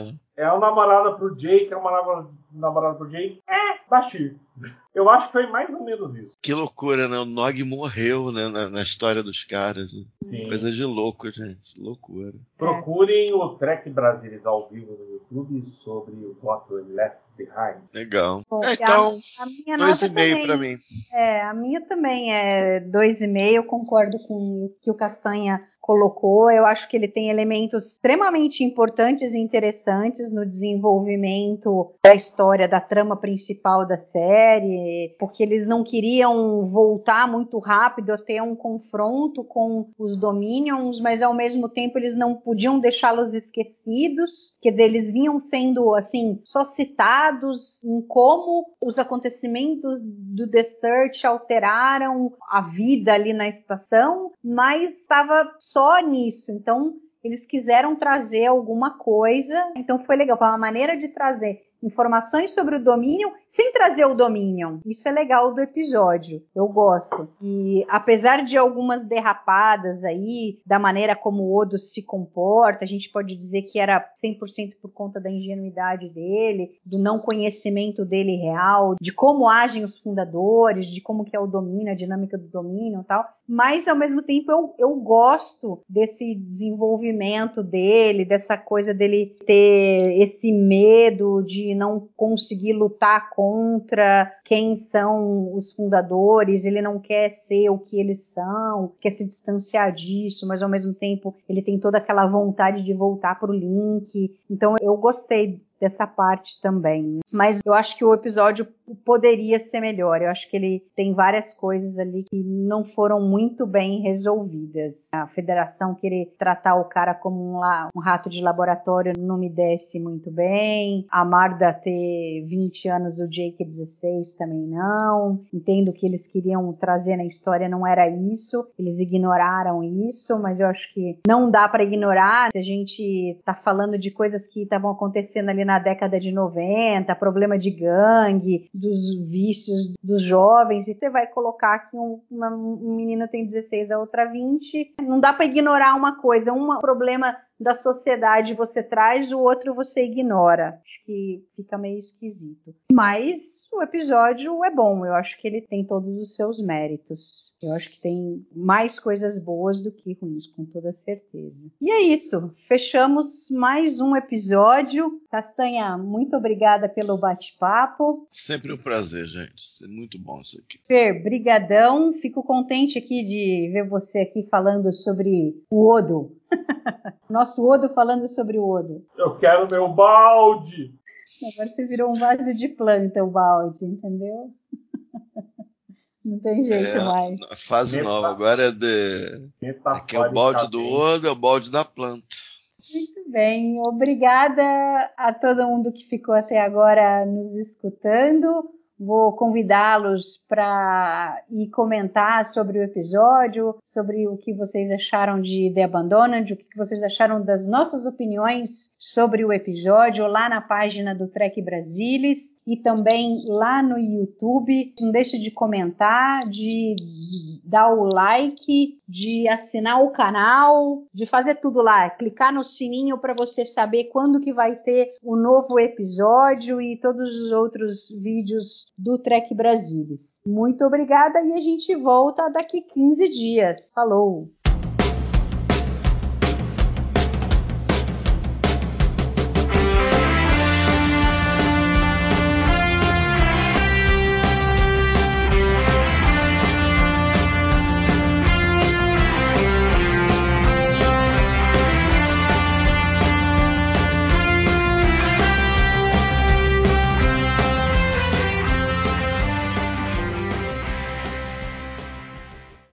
É uma namorada pro Jake, é uma namorada pro Jake. Bashir. Eu acho que foi mais ou menos isso. Que loucura, né? O Nog morreu, né, na história dos caras. Né? Sim. Coisa de louco, gente. Loucura. Procurem o Trek Brasilis ao vivo no YouTube sobre o What Left Behind. Legal. Bom, Então, a minha 2,5 para mim. A minha também é 2,5. Concordo com o que o Castanha colocou. Eu acho que ele tem elementos extremamente importantes e interessantes no desenvolvimento da história, da trama principal da série, porque eles não queriam voltar muito rápido a ter um confronto com os Dominions, mas ao mesmo tempo eles não podiam deixá-los esquecidos. Quer dizer, eles vinham sendo assim só citados em como os acontecimentos do The Search alteraram a vida ali na estação, mas estava só nisso. Então eles quiseram trazer alguma coisa, então foi legal, foi uma maneira de trazer informações sobre o Dominion sem trazer o Dominion. Isso é legal do episódio, eu gosto. E apesar de algumas derrapadas aí, da maneira como o Odo se comporta, a gente pode dizer que era 100% por conta da ingenuidade dele, do não conhecimento dele real, de como agem os fundadores, de como que é o domínio, a dinâmica do Dominion e tal, mas ao mesmo tempo eu gosto desse desenvolvimento dele, dessa coisa dele ter esse medo de não conseguir lutar contra quem são os fundadores, ele não quer ser o que eles são, quer se distanciar disso, mas ao mesmo tempo ele tem toda aquela vontade de voltar pro Link. Então eu gostei dessa parte também. Mas eu acho que o episódio poderia ser melhor. Eu acho que ele tem várias coisas ali que não foram muito bem resolvidas. A Federação querer tratar o cara como um rato de laboratório não me desce muito bem. A Marda ter 20 anos, o Jake 16 também não. Entendo que eles queriam trazer na história, não era isso. Eles ignoraram isso, mas eu acho que não dá para ignorar. Se a gente tá falando de coisas que estavam acontecendo ali na década de 90, problema de gangue, dos vícios dos jovens, e você vai colocar que um menino tem 16, a outra 20, não dá para ignorar uma coisa, um problema da sociedade você traz, o outro você ignora. Acho que fica meio esquisito. Mas o episódio é bom, eu acho que ele tem todos os seus méritos. Eu acho que tem mais coisas boas do que ruins, com toda certeza. E é isso, fechamos mais um episódio. Castanha, muito obrigada pelo bate-papo. Sempre um prazer, gente. É muito bom isso aqui. Fer, brigadão. Fico contente aqui de ver você aqui falando sobre o Odo. Nosso Odo falando sobre o Odo. Eu quero meu balde! Agora você virou um vaso de planta, o balde, entendeu? Não tem jeito mais. Fase nova, agora aqui é o balde do Odo, é o balde da planta. Muito bem, obrigada a todo mundo que ficou até agora nos escutando. Vou convidá-los para ir comentar sobre o episódio, sobre o que vocês acharam de The Abandoned, o que vocês acharam das nossas opiniões sobre o episódio lá na página do Trek Brasilis e também lá no YouTube. Não deixe de comentar, de dar o like, de assinar o canal, de fazer tudo lá, clicar no sininho para você saber quando que vai ter o novo episódio e todos os outros vídeos do Trek Brasilis. Muito obrigada e a gente volta daqui 15 dias. Falou!